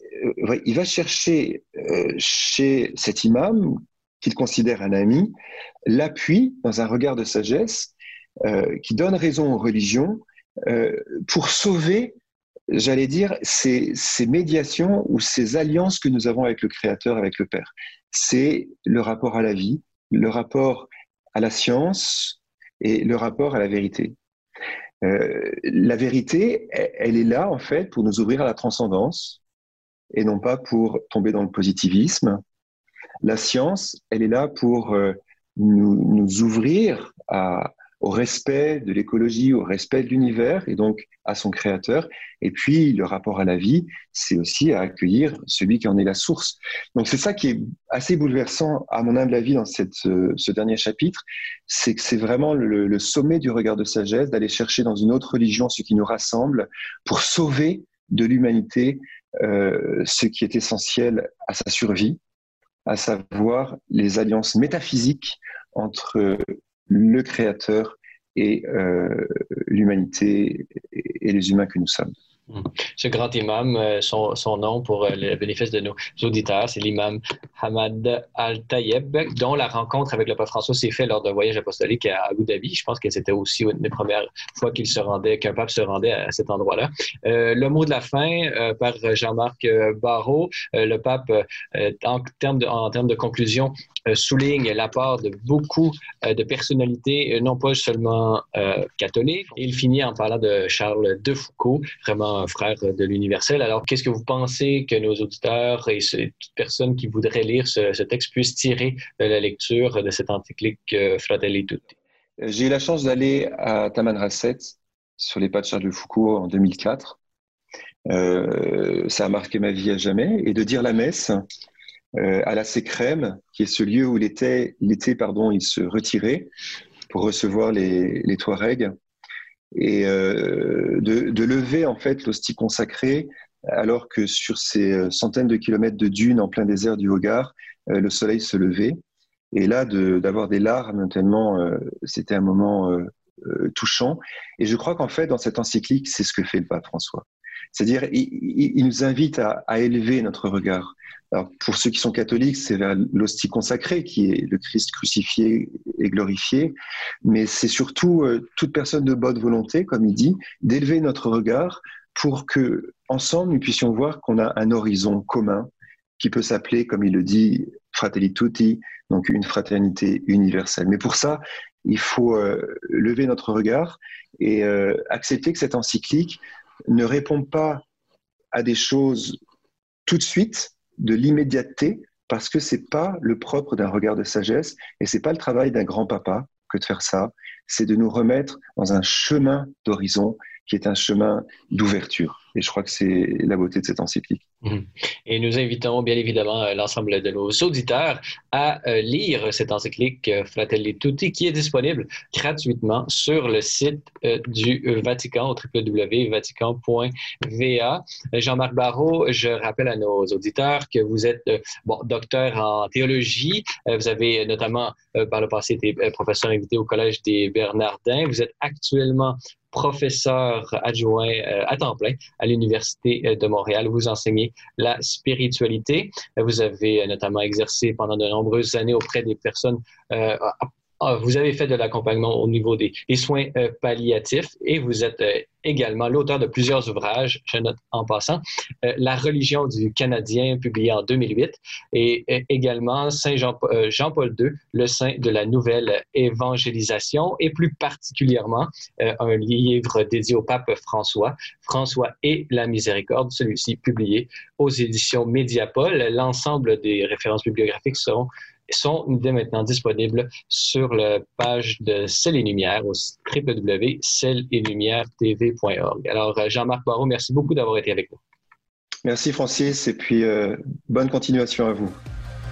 chez cet imam, qu'il considère un ami, l'appui dans un regard de sagesse qui donne raison aux religions pour sauver, j'allais dire, ces médiations ou ces alliances que nous avons avec le Créateur, avec le Père. C'est le rapport à la vie, le rapport à la science et le rapport à la vérité. La vérité, elle est là, en fait, pour nous ouvrir à la transcendance et non pas pour tomber dans le positivisme. La science, elle est là pour nous ouvrir au respect de l'écologie, au respect de l'univers et donc à son créateur. Et puis, le rapport à la vie, c'est aussi à accueillir celui qui en est la source. Donc, c'est ça qui est assez bouleversant, à mon humble avis, dans ce dernier chapitre, c'est que c'est vraiment le sommet du regard de sagesse, d'aller chercher dans une autre religion ce qui nous rassemble pour sauver de l'humanité ce qui est essentiel à sa survie, à savoir les alliances métaphysiques entre le Créateur et l'humanité et les humains que nous sommes. Ce grand imam, son nom pour le bénéfice de nos auditeurs, c'est l'imam Hamad Al-Tayeb, dont la rencontre avec le pape François s'est faite lors d'un voyage apostolique à Abu Dhabi. Je pense que c'était aussi une des premières fois qu'un pape se rendait à cet endroit-là. Le mot de la fin par Jean-Marc Barrault. Le pape, en termes de conclusion, souligne l'apport de beaucoup de personnalités, non pas seulement catholiques. Il finit en parlant de Charles de Foucault, vraiment un frère de l'universel. Alors, qu'est-ce que vous pensez que nos auditeurs et toute personne qui voudrait lire ce texte puissent tirer de la lecture de cette encyclique Fratelli Tutti? J'ai eu la chance d'aller à Tamanrasset sur les pas de Charles de Foucault en 2004. Ça a marqué ma vie à jamais. Et de dire la messe à la Sécrème, qui est ce lieu où il se retirait pour recevoir les Touaregs, et de lever en fait l'hostie consacrée alors que sur ces centaines de kilomètres de dunes en plein désert du Hogar, le soleil se levait. Et là, d'avoir des larmes, tellement c'était un moment touchant. Et je crois qu'en fait, dans cette encyclique, c'est ce que fait le pape François. C'est-à-dire, il nous invite à élever notre regard. Alors, pour ceux qui sont catholiques, c'est vers l'hostie consacrée, qui est le Christ crucifié et glorifié. Mais c'est surtout toute personne de bonne volonté, comme il dit, d'élever notre regard pour que, ensemble, nous puissions voir qu'on a un horizon commun qui peut s'appeler, comme il le dit, Fratelli Tutti, donc une fraternité universelle. Mais pour ça, il faut lever notre regard et accepter que cette encyclique ne répond pas à des choses tout de suite, de l'immédiateté, parce que c'est pas le propre d'un regard de sagesse et c'est pas le travail d'un grand papa que de faire ça. C'est de nous remettre dans un chemin d'horizon qui est un chemin d'ouverture. Et je crois que c'est la beauté de cette encyclique. Et nous invitons bien évidemment l'ensemble de nos auditeurs à lire cette encyclique Fratelli Tutti qui est disponible gratuitement sur le site du Vatican au www.vatican.va. Jean-Marc Barrault, je rappelle à nos auditeurs que vous êtes docteur en théologie. Vous avez notamment par le passé été professeur invité au Collège des Bernardins. Vous êtes actuellement professeur adjoint à temps plein à l'Université de Montréal. Vous enseignez la spiritualité. Vous avez notamment exercé pendant de nombreuses années auprès des personnes. Vous avez fait de l'accompagnement au niveau des soins palliatifs et vous êtes également l'auteur de plusieurs ouvrages, je note en passant, La religion du Canadien, publié en 2008, et également Jean-Paul II, le saint de la nouvelle évangélisation, et plus particulièrement un livre dédié au pape François et la miséricorde, celui-ci publié aux éditions Mediapol. L'ensemble des références bibliographiques sont dès maintenant disponibles sur la page de Ciel et Lumière au www.cieletlumière.tv.org. Alors, Jean-Marc Barrault, merci beaucoup d'avoir été avec nous. Merci Francis, et puis bonne continuation à vous.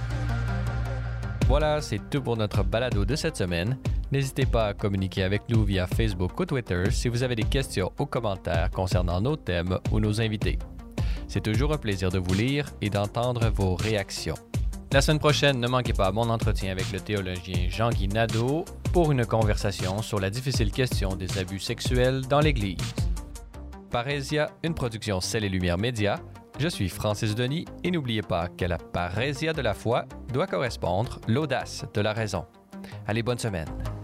Voilà, c'est tout pour notre balado de cette semaine. N'hésitez pas à communiquer avec nous via Facebook ou Twitter si vous avez des questions ou commentaires concernant nos thèmes ou nos invités. C'est toujours un plaisir de vous lire et d'entendre vos réactions. La semaine prochaine, ne manquez pas mon entretien avec le théologien Jean-Guy Nadeau pour une conversation sur la difficile question des abus sexuels dans l'Église. Parésia, une production Ciel et Lumière Média. Je suis Francis Denis et n'oubliez pas que la parésia de la foi doit correspondre l'audace de la raison. Allez, bonne semaine.